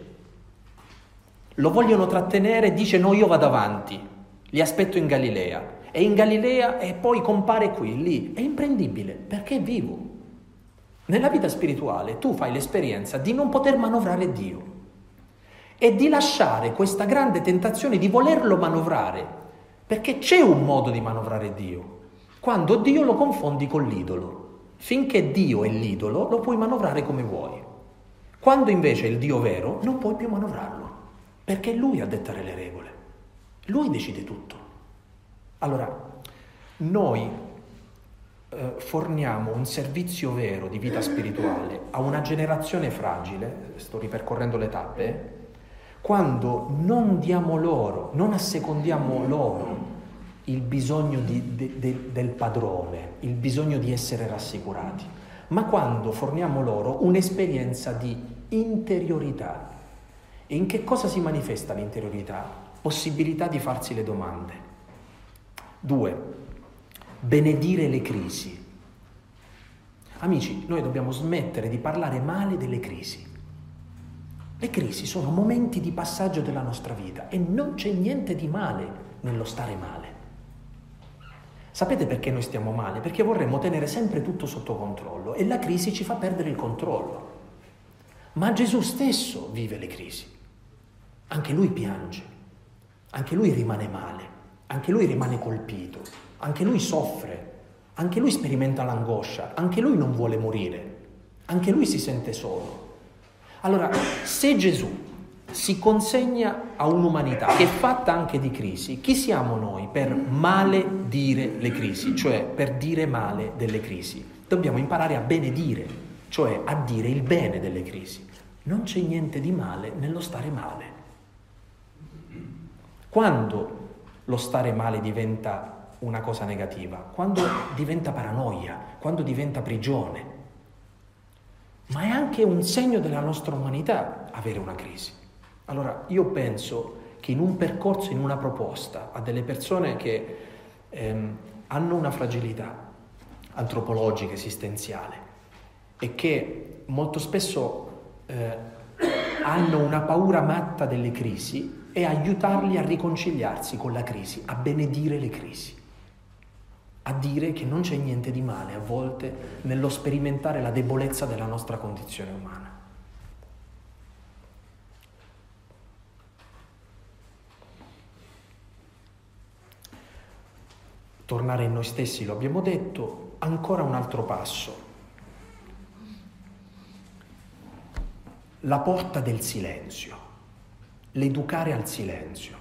Lo vogliono trattenere, dice no, io vado avanti. Li aspetto in Galilea, e in Galilea e poi compare qui, lì, è imprendibile, perché è vivo. Nella vita spirituale tu fai l'esperienza di non poter manovrare Dio e di lasciare questa grande tentazione di volerlo manovrare, perché c'è un modo di manovrare Dio, quando Dio lo confondi con l'idolo. Finché Dio è l'idolo lo puoi manovrare come vuoi, quando invece è il Dio vero non puoi più manovrarlo, perché è Lui a dettare le regole. Lui decide tutto. Allora, noi forniamo un servizio vero di vita spirituale a una generazione fragile, sto ripercorrendo le tappe, quando non diamo loro, non assecondiamo loro il bisogno del padrone, il bisogno di essere rassicurati, ma quando forniamo loro un'esperienza di interiorità. E in che cosa si manifesta l'interiorità? Possibilità di farsi le domande. 2. Benedire le crisi. Amici, noi dobbiamo smettere di parlare male delle crisi. Le crisi sono momenti di passaggio della nostra vita e non c'è niente di male nello stare male. Sapete perché noi stiamo male? Perché vorremmo tenere sempre tutto sotto controllo e la crisi ci fa perdere il controllo. Ma Gesù stesso vive le crisi. Anche lui piange. Anche lui rimane male, anche lui rimane colpito, anche lui soffre, anche lui sperimenta l'angoscia, anche lui non vuole morire, anche lui si sente solo. Allora, se Gesù si consegna a un'umanità che è fatta anche di crisi, chi siamo noi per maledire le crisi, cioè per dire male delle crisi? Dobbiamo imparare a benedire, cioè a dire il bene delle crisi. Non c'è niente di male nello stare male. Quando lo stare male diventa una cosa negativa? Quando diventa paranoia, quando diventa prigione. Ma è anche un segno della nostra umanità avere una crisi. Allora, io penso che in un percorso, in una proposta a delle persone che hanno una fragilità antropologica, esistenziale e che molto spesso hanno una paura matta delle crisi, e aiutarli a riconciliarsi con la crisi, a benedire le crisi, a dire che non c'è niente di male a volte nello sperimentare la debolezza della nostra condizione umana. tornare in noi stessi, lo abbiamo detto, ancora un altro passo. La porta del silenzio, l'educare al silenzio.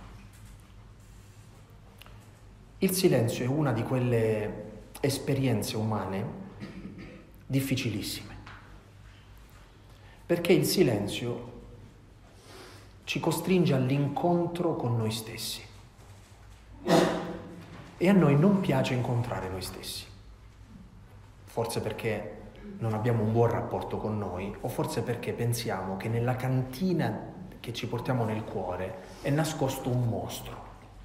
Il silenzio è una di quelle esperienze umane difficilissime, perché il silenzio ci costringe all'incontro con noi stessi e a noi non piace incontrare noi stessi, forse perché non abbiamo un buon rapporto con noi o forse perché pensiamo che nella cantina che ci portiamo nel cuore è nascosto un mostro.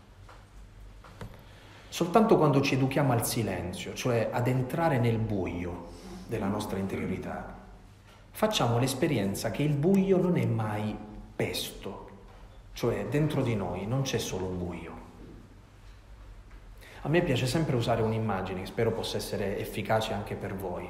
Soltanto quando ci educhiamo al silenzio, cioè ad entrare nel buio della nostra interiorità, facciamo l'esperienza che il buio non è mai pesto, cioè dentro di noi non c'è solo un buio. A me piace sempre usare un'immagine che spero possa essere efficace anche per voi.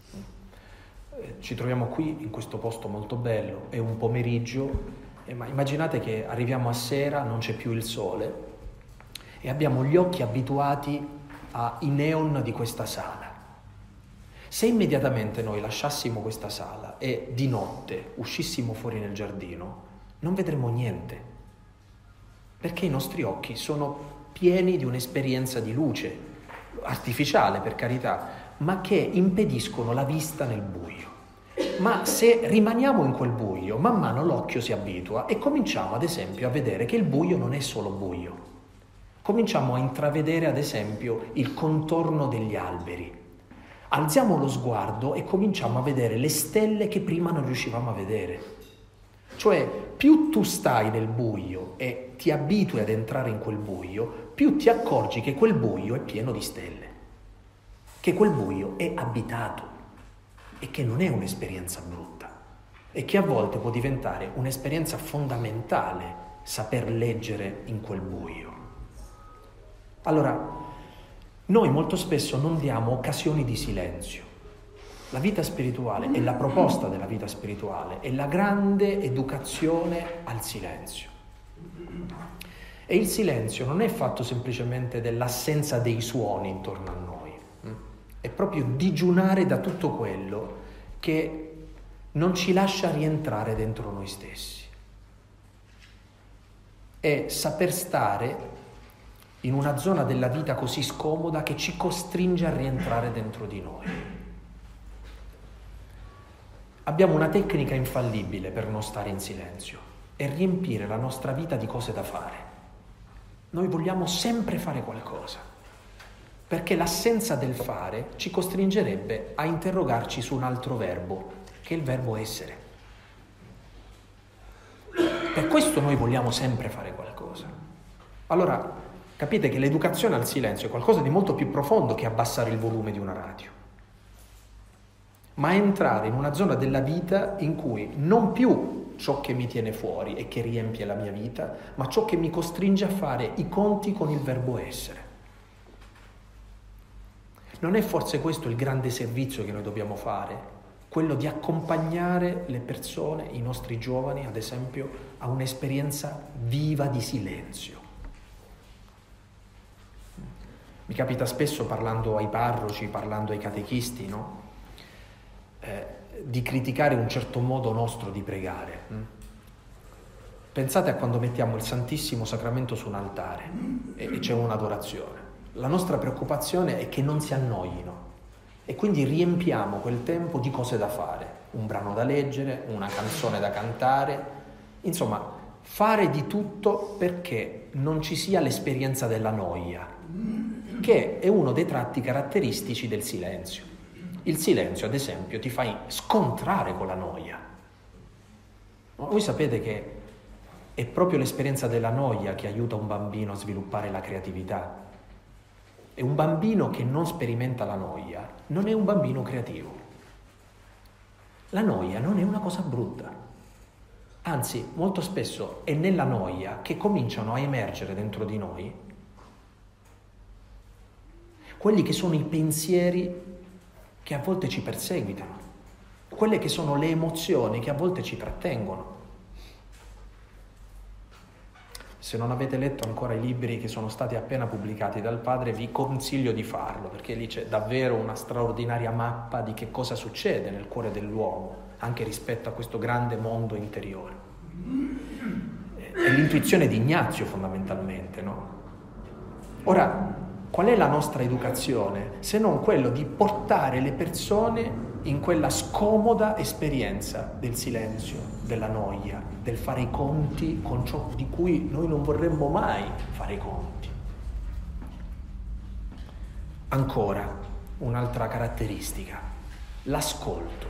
Ci troviamo qui in questo posto molto bello, è un pomeriggio, ma immaginate che arriviamo a sera, non c'è più il sole e abbiamo gli occhi abituati ai neon di questa sala. Se immediatamente noi lasciassimo questa sala e di notte uscissimo fuori nel giardino, non vedremo niente, perché i nostri occhi sono pieni di un'esperienza di luce, artificiale per carità, ma che impediscono la vista nel buio. Ma se rimaniamo in quel buio, man mano l'occhio si abitua e cominciamo ad esempio a vedere che il buio non è solo buio. Cominciamo a intravedere ad esempio il contorno degli alberi. Alziamo lo sguardo e cominciamo a vedere le stelle che prima non riuscivamo a vedere. Cioè, più tu stai nel buio e ti abitui ad entrare in quel buio, più ti accorgi che quel buio è pieno di stelle, che quel buio è abitato e che non è un'esperienza brutta e che a volte può diventare un'esperienza fondamentale saper leggere in quel buio. Allora, noi molto spesso non diamo occasioni di silenzio. La vita spirituale e la proposta della vita spirituale è la grande educazione al silenzio. E il silenzio non è fatto semplicemente dell'assenza dei suoni intorno a noi, è proprio digiunare da tutto quello che non ci lascia rientrare dentro noi stessi. È saper stare in una zona della vita così scomoda che ci costringe a rientrare dentro di noi. Abbiamo una tecnica infallibile per non stare in silenzio, è riempire la nostra vita di cose da fare. Noi vogliamo sempre fare qualcosa, perché l'assenza del fare ci costringerebbe a interrogarci su un altro verbo, che è il verbo essere. Per questo noi vogliamo sempre fare qualcosa. Allora, capite che l'educazione al silenzio è qualcosa di molto più profondo che abbassare il volume di una radio, ma entrare in una zona della vita in cui non più ciò che mi tiene fuori e che riempie la mia vita, ma ciò che mi costringe a fare i conti con il verbo essere. Non è forse questo il grande servizio che noi dobbiamo fare? Quello di accompagnare le persone, i nostri giovani, ad esempio, a un'esperienza viva di silenzio. Mi capita spesso, parlando ai parroci, parlando ai catechisti, no? Di criticare un certo modo nostro di pregare. Pensate a quando mettiamo il Santissimo Sacramento su un altare e c'è un'adorazione. La nostra preoccupazione è che non si annoino e quindi riempiamo quel tempo di cose da fare, un brano da leggere, una canzone da cantare, insomma, fare di tutto perché non ci sia l'esperienza della noia, che è uno dei tratti caratteristici del silenzio. Il silenzio, ad esempio, ti fa scontrare con la noia. Voi sapete che è proprio l'esperienza della noia che aiuta un bambino a sviluppare la creatività. E un bambino che non sperimenta la noia non è un bambino creativo. La noia non è una cosa brutta. Anzi, molto spesso è nella noia che cominciano a emergere dentro di noi quelli che sono i pensieri che a volte ci perseguitano, quelle che sono le emozioni che a volte ci trattengono. Se non avete letto ancora i libri che sono stati appena pubblicati dal padre, vi consiglio di farlo, perché lì c'è davvero una straordinaria mappa di che cosa succede nel cuore dell'uomo, anche rispetto a questo grande mondo interiore. È l'intuizione di Ignazio fondamentalmente, no? Ora, qual è la nostra educazione se non quello di portare le persone in quella scomoda esperienza del silenzio, della noia, del fare i conti con ciò di cui noi non vorremmo mai fare i conti. Ancora, un'altra caratteristica, l'ascolto.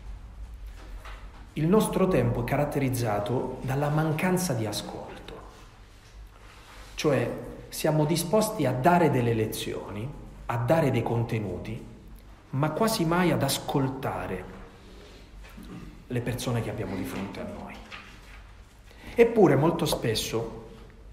Il nostro tempo è caratterizzato dalla mancanza di ascolto, cioè siamo disposti a dare delle lezioni, a dare dei contenuti, ma quasi mai ad ascoltare le persone che abbiamo di fronte a noi. Eppure molto spesso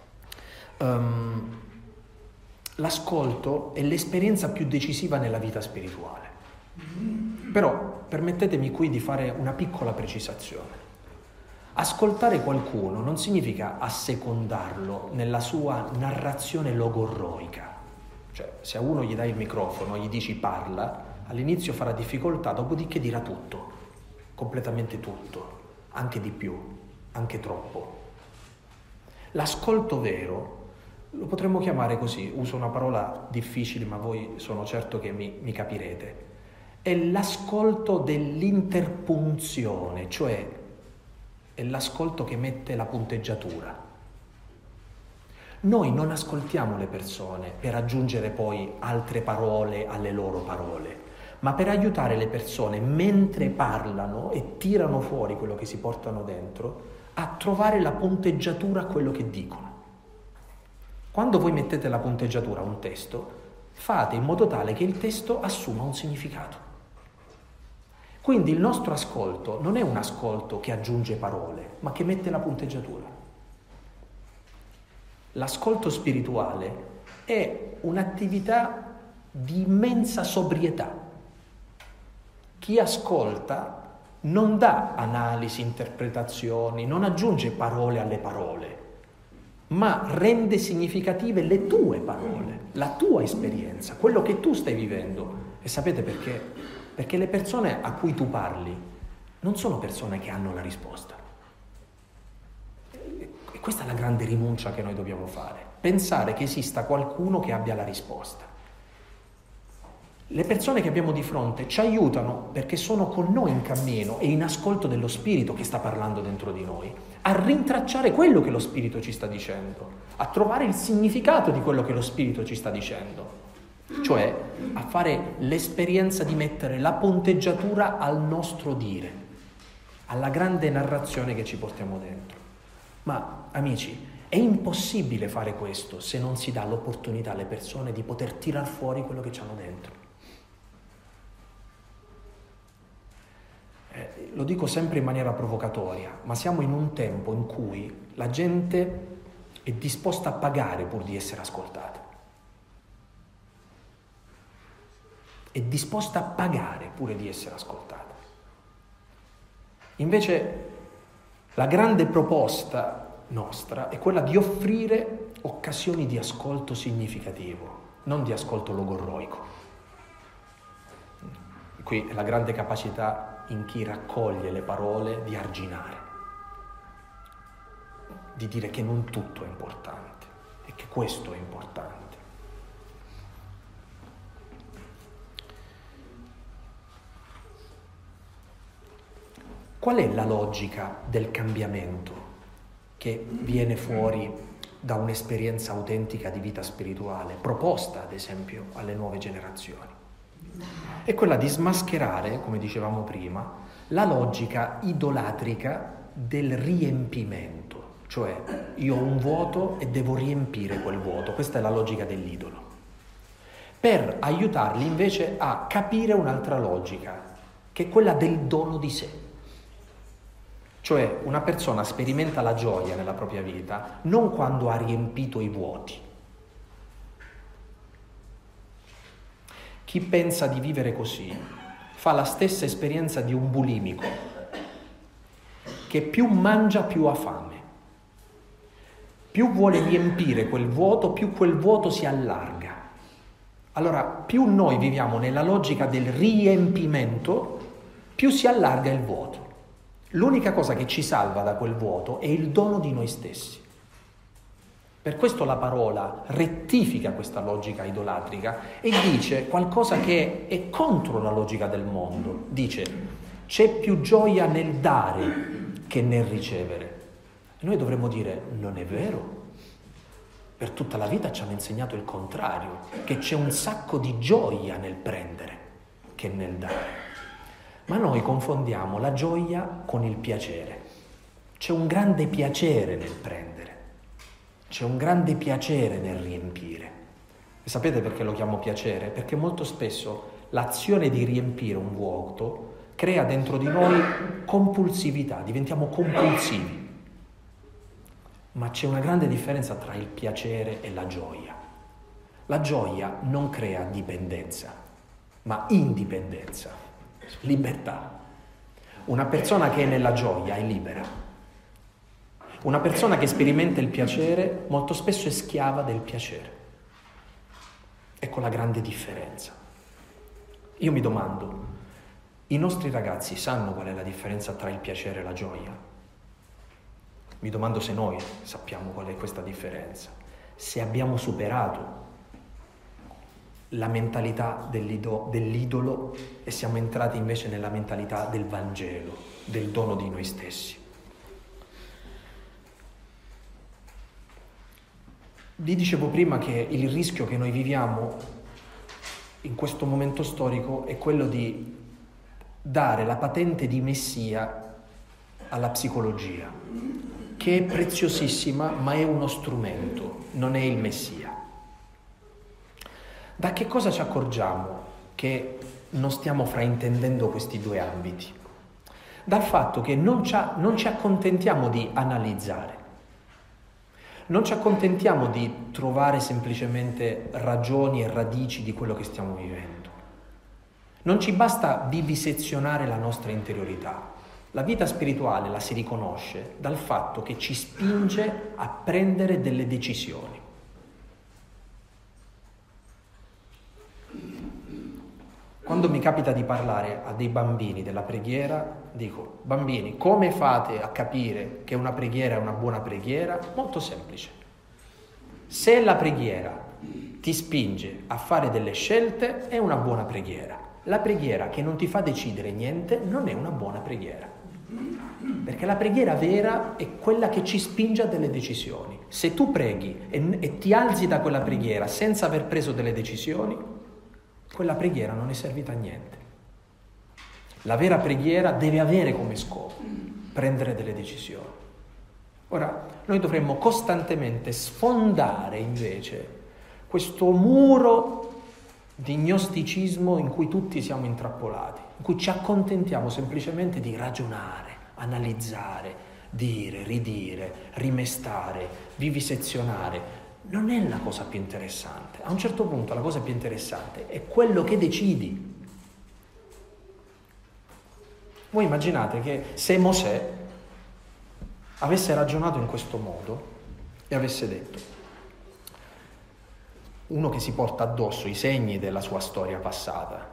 l'ascolto è l'esperienza più decisiva nella vita spirituale. Però permettetemi qui di fare una piccola precisazione. Ascoltare qualcuno non significa assecondarlo nella sua narrazione logorroica. Cioè, se a uno gli dai il microfono, gli dici parla, all'inizio farà difficoltà, dopodiché dirà tutto, completamente tutto, anche di più, anche troppo. L'ascolto vero lo potremmo chiamare così, uso una parola difficile ma voi sono certo che mi capirete, è l'ascolto dell'interpunzione, cioè è l'ascolto che mette la punteggiatura. Noi non ascoltiamo le persone per aggiungere poi altre parole alle loro parole, ma per aiutare le persone mentre parlano e tirano fuori quello che si portano dentro a trovare la punteggiatura a quello che dicono. Quando voi mettete la punteggiatura a un testo, fate in modo tale che il testo assuma un significato. Quindi il nostro ascolto non è un ascolto che aggiunge parole, ma che mette la punteggiatura. L'ascolto spirituale è un'attività di immensa sobrietà. Chi ascolta non dà analisi, interpretazioni, non aggiunge parole alle parole, ma rende significative le tue parole, la tua esperienza, quello che tu stai vivendo. E sapete perché? Perché le persone a cui tu parli non sono persone che hanno la risposta. E questa è la grande rinuncia che noi dobbiamo fare, pensare che esista qualcuno che abbia la risposta. Le persone che abbiamo di fronte ci aiutano perché sono con noi in cammino e in ascolto dello Spirito che sta parlando dentro di noi, a rintracciare quello che lo Spirito ci sta dicendo, a trovare il significato di quello che lo Spirito ci sta dicendo, cioè a fare l'esperienza di mettere la punteggiatura al nostro dire, alla grande narrazione che ci portiamo dentro. Ma, amici, è impossibile fare questo se non si dà l'opportunità alle persone di poter tirar fuori quello che hanno dentro. Lo dico sempre in maniera provocatoria, ma siamo in un tempo in cui la gente è disposta a pagare pur di essere ascoltata. È disposta a pagare pure di essere ascoltata. Invece la grande proposta nostra è quella di offrire occasioni di ascolto significativo, non di ascolto logorroico. Qui è la grande capacità in chi raccoglie le parole di arginare, di dire che non tutto è importante e che questo è importante. Qual è la logica del cambiamento che viene fuori da un'esperienza autentica di vita spirituale, proposta ad esempio alle nuove generazioni? È quella di smascherare, come dicevamo prima, la logica idolatrica del riempimento, cioè io ho un vuoto e devo riempire quel vuoto, questa è la logica dell'idolo, per aiutarli invece a capire un'altra logica, che è quella del dono di sé. Cioè una persona sperimenta la gioia nella propria vita non quando ha riempito i vuoti. Chi pensa di vivere così fa la stessa esperienza di un bulimico che più mangia più ha fame. più vuole riempire quel vuoto, più quel vuoto si allarga. Allora, più noi viviamo nella logica del riempimento, più si allarga il vuoto. L'unica cosa che ci salva da quel vuoto è il dono di noi stessi. Per questo la parola rettifica questa logica idolatrica e dice qualcosa che è contro la logica del mondo. Dice, c'è più gioia nel dare che nel ricevere. E noi dovremmo dire, non è vero. Per tutta la vita ci hanno insegnato il contrario, che c'è un sacco di gioia nel prendere che nel dare. Ma noi confondiamo la gioia con il piacere. C'è un grande piacere nel prendere. C'è un grande piacere nel riempire. E sapete perché lo chiamo piacere? Perché molto spesso l'azione di riempire un vuoto crea dentro di noi compulsività, diventiamo compulsivi. Ma c'è una grande differenza tra il piacere e la gioia. La gioia non crea dipendenza, ma indipendenza, libertà. Una persona che è nella gioia è libera. Una persona che sperimenta il piacere molto spesso è schiava del piacere. Ecco la grande differenza. Io mi domando, i nostri ragazzi sanno qual è la differenza tra il piacere e la gioia? Mi domando se noi sappiamo qual è questa differenza. Se abbiamo superato la mentalità dell'idolo e siamo entrati invece nella mentalità del Vangelo, del dono di noi stessi. Vi dicevo prima che il rischio che noi viviamo in questo momento storico è quello di dare la patente di messia alla psicologia, che è preziosissima, ma è uno strumento, non è il messia. Da che cosa ci accorgiamo che non stiamo fraintendendo questi due ambiti? Dal fatto che non ci accontentiamo di analizzare. Non ci accontentiamo di trovare semplicemente ragioni e radici di quello che stiamo vivendo. Non ci basta vivisezionare la nostra interiorità. La vita spirituale la si riconosce dal fatto che ci spinge a prendere delle decisioni. Quando mi capita di parlare a dei bambini della preghiera, dico, bambini, come fate a capire che una preghiera è una buona preghiera? Molto semplice. Se la preghiera ti spinge a fare delle scelte, è una buona preghiera. La preghiera che non ti fa decidere niente non è una buona preghiera. Perché la preghiera vera è quella che ci spinge a delle decisioni. Se tu preghi e ti alzi da quella preghiera senza aver preso delle decisioni, quella preghiera non è servita a niente. La vera preghiera deve avere come scopo prendere delle decisioni. Ora, noi dovremmo costantemente sfondare invece questo muro di gnosticismo in cui tutti siamo intrappolati, in cui ci accontentiamo semplicemente di ragionare, analizzare, dire, ridire, rimestare, vivisezionare. Non è la cosa più interessante. A un certo punto la cosa più interessante è quello che decidi. Voi immaginate che se Mosè avesse ragionato in questo modo e avesse detto, uno che si porta addosso i segni della sua storia passata,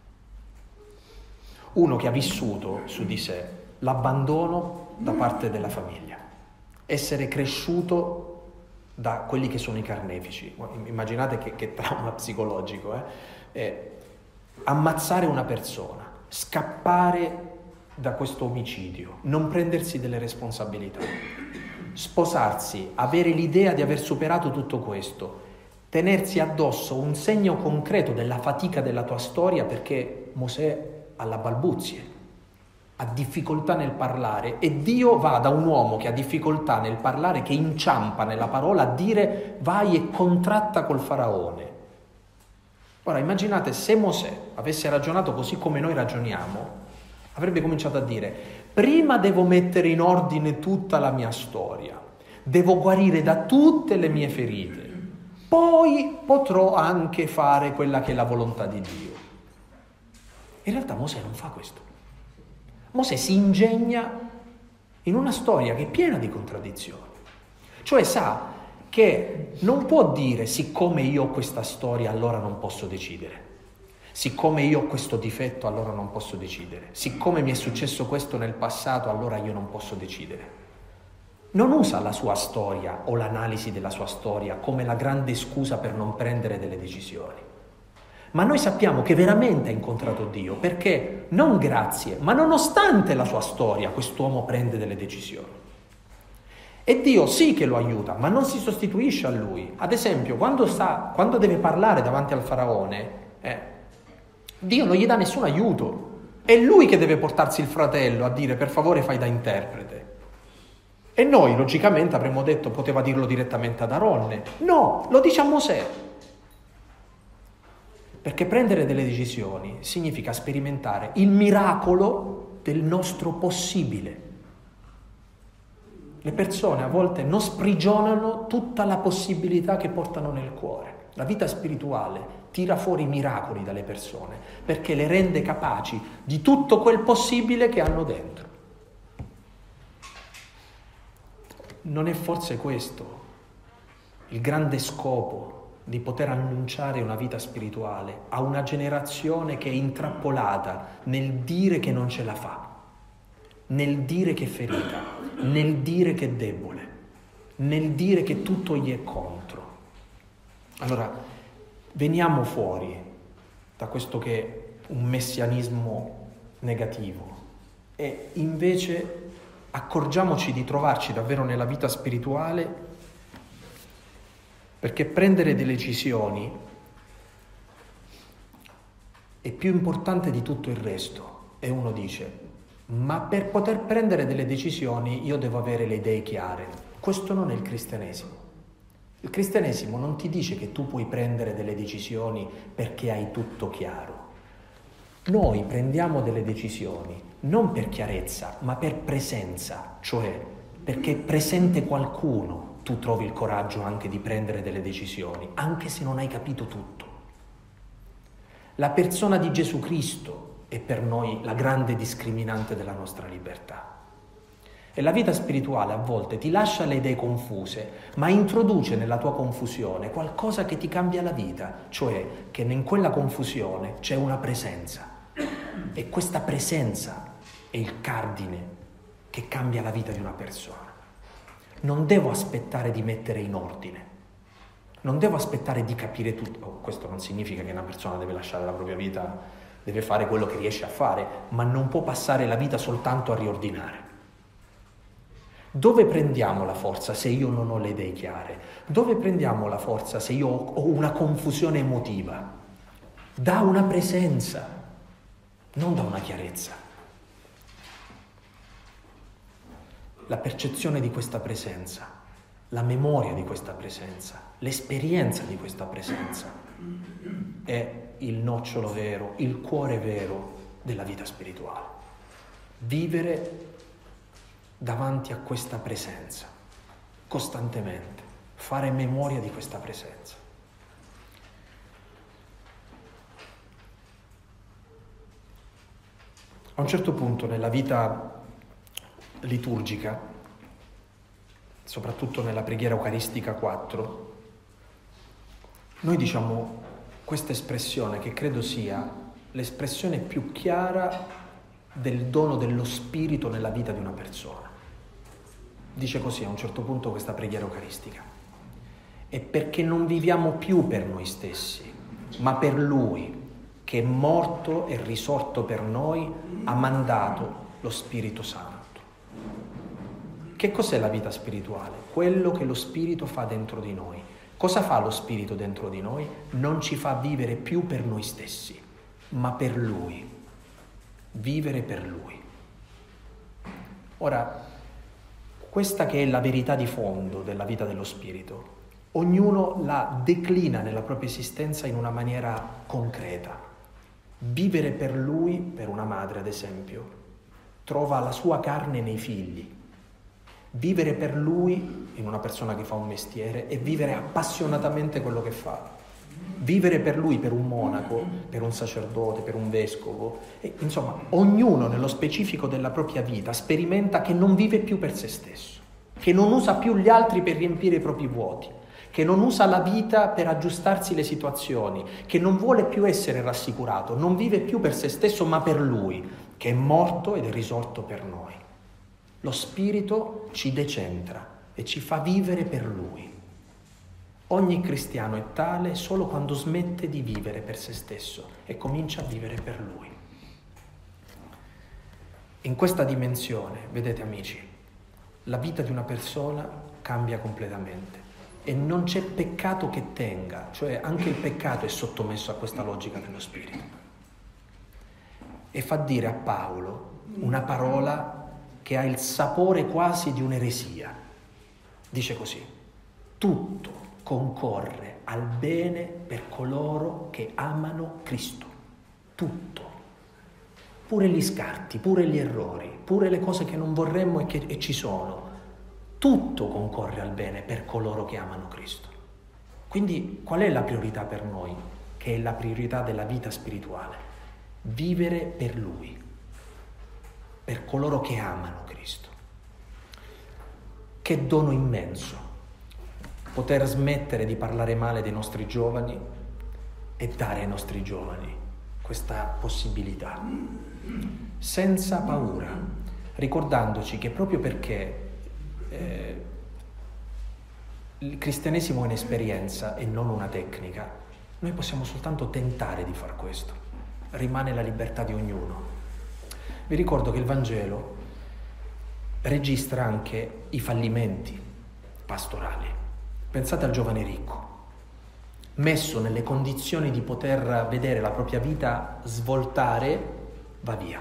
uno che ha vissuto su di sé l'abbandono da parte della famiglia, essere cresciuto da quelli che sono i carnefici. Immaginate che trauma psicologico, ammazzare una persona, scappare da questo omicidio, non prendersi delle responsabilità, sposarsi, avere l'idea di aver superato tutto questo, tenersi addosso un segno concreto della fatica della tua storia, perché Mosè ha la balbuzie, ha difficoltà nel parlare, e Dio va da un uomo che ha difficoltà nel parlare, che inciampa nella parola, a dire vai e contratta col faraone. Ora immaginate se Mosè avesse ragionato così come noi ragioniamo, avrebbe cominciato a dire, prima devo mettere in ordine tutta la mia storia, devo guarire da tutte le mie ferite, poi potrò anche fare quella che è la volontà di Dio. In realtà Mosè non fa questo. Mosè si ingegna in una storia che è piena di contraddizioni. Cioè sa che non può dire siccome io ho questa storia allora non posso decidere, siccome io ho questo difetto allora non posso decidere, siccome mi è successo questo nel passato allora io non posso decidere. Non usa la sua storia o l'analisi della sua storia come la grande scusa per non prendere delle decisioni. Ma noi sappiamo che veramente ha incontrato Dio perché non grazie, ma nonostante la sua storia quest'uomo prende delle decisioni. E Dio sì che lo aiuta, ma non si sostituisce a lui. Ad esempio, quando deve parlare davanti al faraone, Dio non gli dà nessun aiuto. È lui che deve portarsi il fratello a dire per favore fai da interprete. E noi logicamente avremmo detto poteva dirlo direttamente ad Aronne. No, lo dice a Mosè. Perché prendere delle decisioni significa sperimentare il miracolo del nostro possibile. Le persone a volte non sprigionano tutta la possibilità che portano nel cuore. La vita spirituale tira fuori i miracoli dalle persone perché le rende capaci di tutto quel possibile che hanno dentro. Non è forse questo il grande scopo di poter annunciare una vita spirituale a una generazione che è intrappolata nel dire che non ce la fa, nel dire che è ferita, nel dire che è debole, nel dire che tutto gli è contro. Allora, veniamo fuori da questo che è un messianismo negativo e invece accorgiamoci di trovarci davvero nella vita spirituale, perché prendere delle decisioni è più importante di tutto il resto. E uno dice, ma per poter prendere delle decisioni io devo avere le idee chiare. Questo non è il cristianesimo. Il cristianesimo non ti dice che tu puoi prendere delle decisioni perché hai tutto chiaro. Noi prendiamo delle decisioni non per chiarezza, ma per presenza, cioè perché è presente qualcuno, tu trovi il coraggio anche di prendere delle decisioni, anche se non hai capito tutto. La persona di Gesù Cristo è per noi la grande discriminante della nostra libertà. E la vita spirituale a volte ti lascia le idee confuse, ma introduce nella tua confusione qualcosa che ti cambia la vita, cioè che in quella confusione c'è una presenza. E questa presenza è il cardine che cambia la vita di una persona. Non devo aspettare di mettere in ordine, non devo aspettare di capire tutto. Questo non significa che una persona deve lasciare la propria vita, deve fare quello che riesce a fare, ma non può passare la vita soltanto a riordinare. Dove prendiamo la forza se io non ho le idee chiare? Dove prendiamo la forza se io ho una confusione emotiva? Da una presenza, non da una chiarezza. La percezione di questa presenza, la memoria di questa presenza, l'esperienza di questa presenza è il nocciolo vero, il cuore vero della vita spirituale. Vivere davanti a questa presenza, costantemente, fare memoria di questa presenza. A un certo punto nella vita liturgica, soprattutto nella preghiera eucaristica 4, noi diciamo questa espressione che credo sia l'espressione più chiara del dono dello Spirito nella vita di una persona. Dice così a un certo punto questa preghiera eucaristica: è perché non viviamo più per noi stessi, ma per Lui che è morto e risorto per noi, ha mandato lo Spirito Santo. Che cos'è la vita spirituale? Quello che lo Spirito fa dentro di noi. Cosa fa lo Spirito dentro di noi? Non ci fa vivere più per noi stessi, ma per Lui. Vivere per Lui. Ora, questa che è la verità di fondo della vita dello Spirito, ognuno la declina nella propria esistenza in una maniera concreta. Vivere per Lui, per una madre ad esempio, trova la sua carne nei figli. Vivere per Lui in una persona che fa un mestiere è vivere appassionatamente quello che fa. Vivere per Lui, per un monaco, per un sacerdote, per un vescovo. E, insomma, ognuno nello specifico della propria vita sperimenta che non vive più per se stesso, che non usa più gli altri per riempire i propri vuoti, che non usa la vita per aggiustarsi le situazioni, che non vuole più essere rassicurato, non vive più per se stesso ma per Lui, che è morto ed è risorto per noi. Lo Spirito ci decentra e ci fa vivere per Lui. Ogni cristiano è tale solo quando smette di vivere per se stesso e comincia a vivere per Lui. In questa dimensione, vedete amici, la vita di una persona cambia completamente e non c'è peccato che tenga, cioè anche il peccato è sottomesso a questa logica dello Spirito. E fa dire a Paolo una parola che ha il sapore quasi di un'eresia. Dice così: tutto concorre al bene per coloro che amano Cristo. Tutto. Pure gli scarti, pure gli errori, pure le cose che non vorremmo e ci sono. Tutto concorre al bene per coloro che amano Cristo. Quindi qual è la priorità per noi? Che è la priorità della vita spirituale. Vivere per Lui, per coloro che amano Cristo. Che dono immenso poter smettere di parlare male dei nostri giovani e dare ai nostri giovani questa possibilità, senza paura, ricordandoci che proprio perché il cristianesimo è un'esperienza e non una tecnica, noi possiamo soltanto tentare di far questo. Rimane la libertà di ognuno. Vi ricordo che il Vangelo registra anche i fallimenti pastorali. Pensate al giovane ricco, messo nelle condizioni di poter vedere la propria vita svoltare, va via.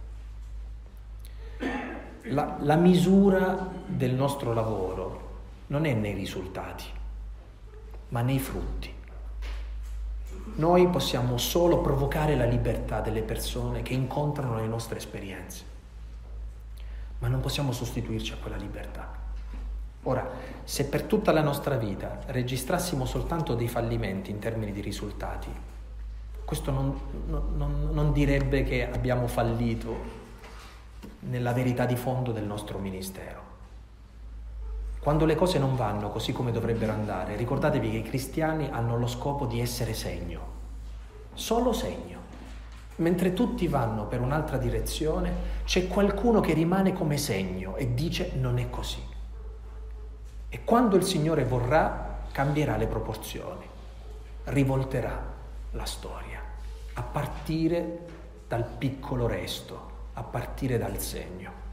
La misura del nostro lavoro non è nei risultati, ma nei frutti. Noi possiamo solo provocare la libertà delle persone che incontrano le nostre esperienze, ma non possiamo sostituirci a quella libertà. Ora, se per tutta la nostra vita registrassimo soltanto dei fallimenti in termini di risultati, questo non direbbe che abbiamo fallito nella verità di fondo del nostro ministero. Quando le cose non vanno così come dovrebbero andare, ricordatevi che i cristiani hanno lo scopo di essere segno, solo segno. Mentre tutti vanno per un'altra direzione, c'è qualcuno che rimane come segno e dice non è così. E quando il Signore vorrà, cambierà le proporzioni, rivolterà la storia, a partire dal piccolo resto, a partire dal segno.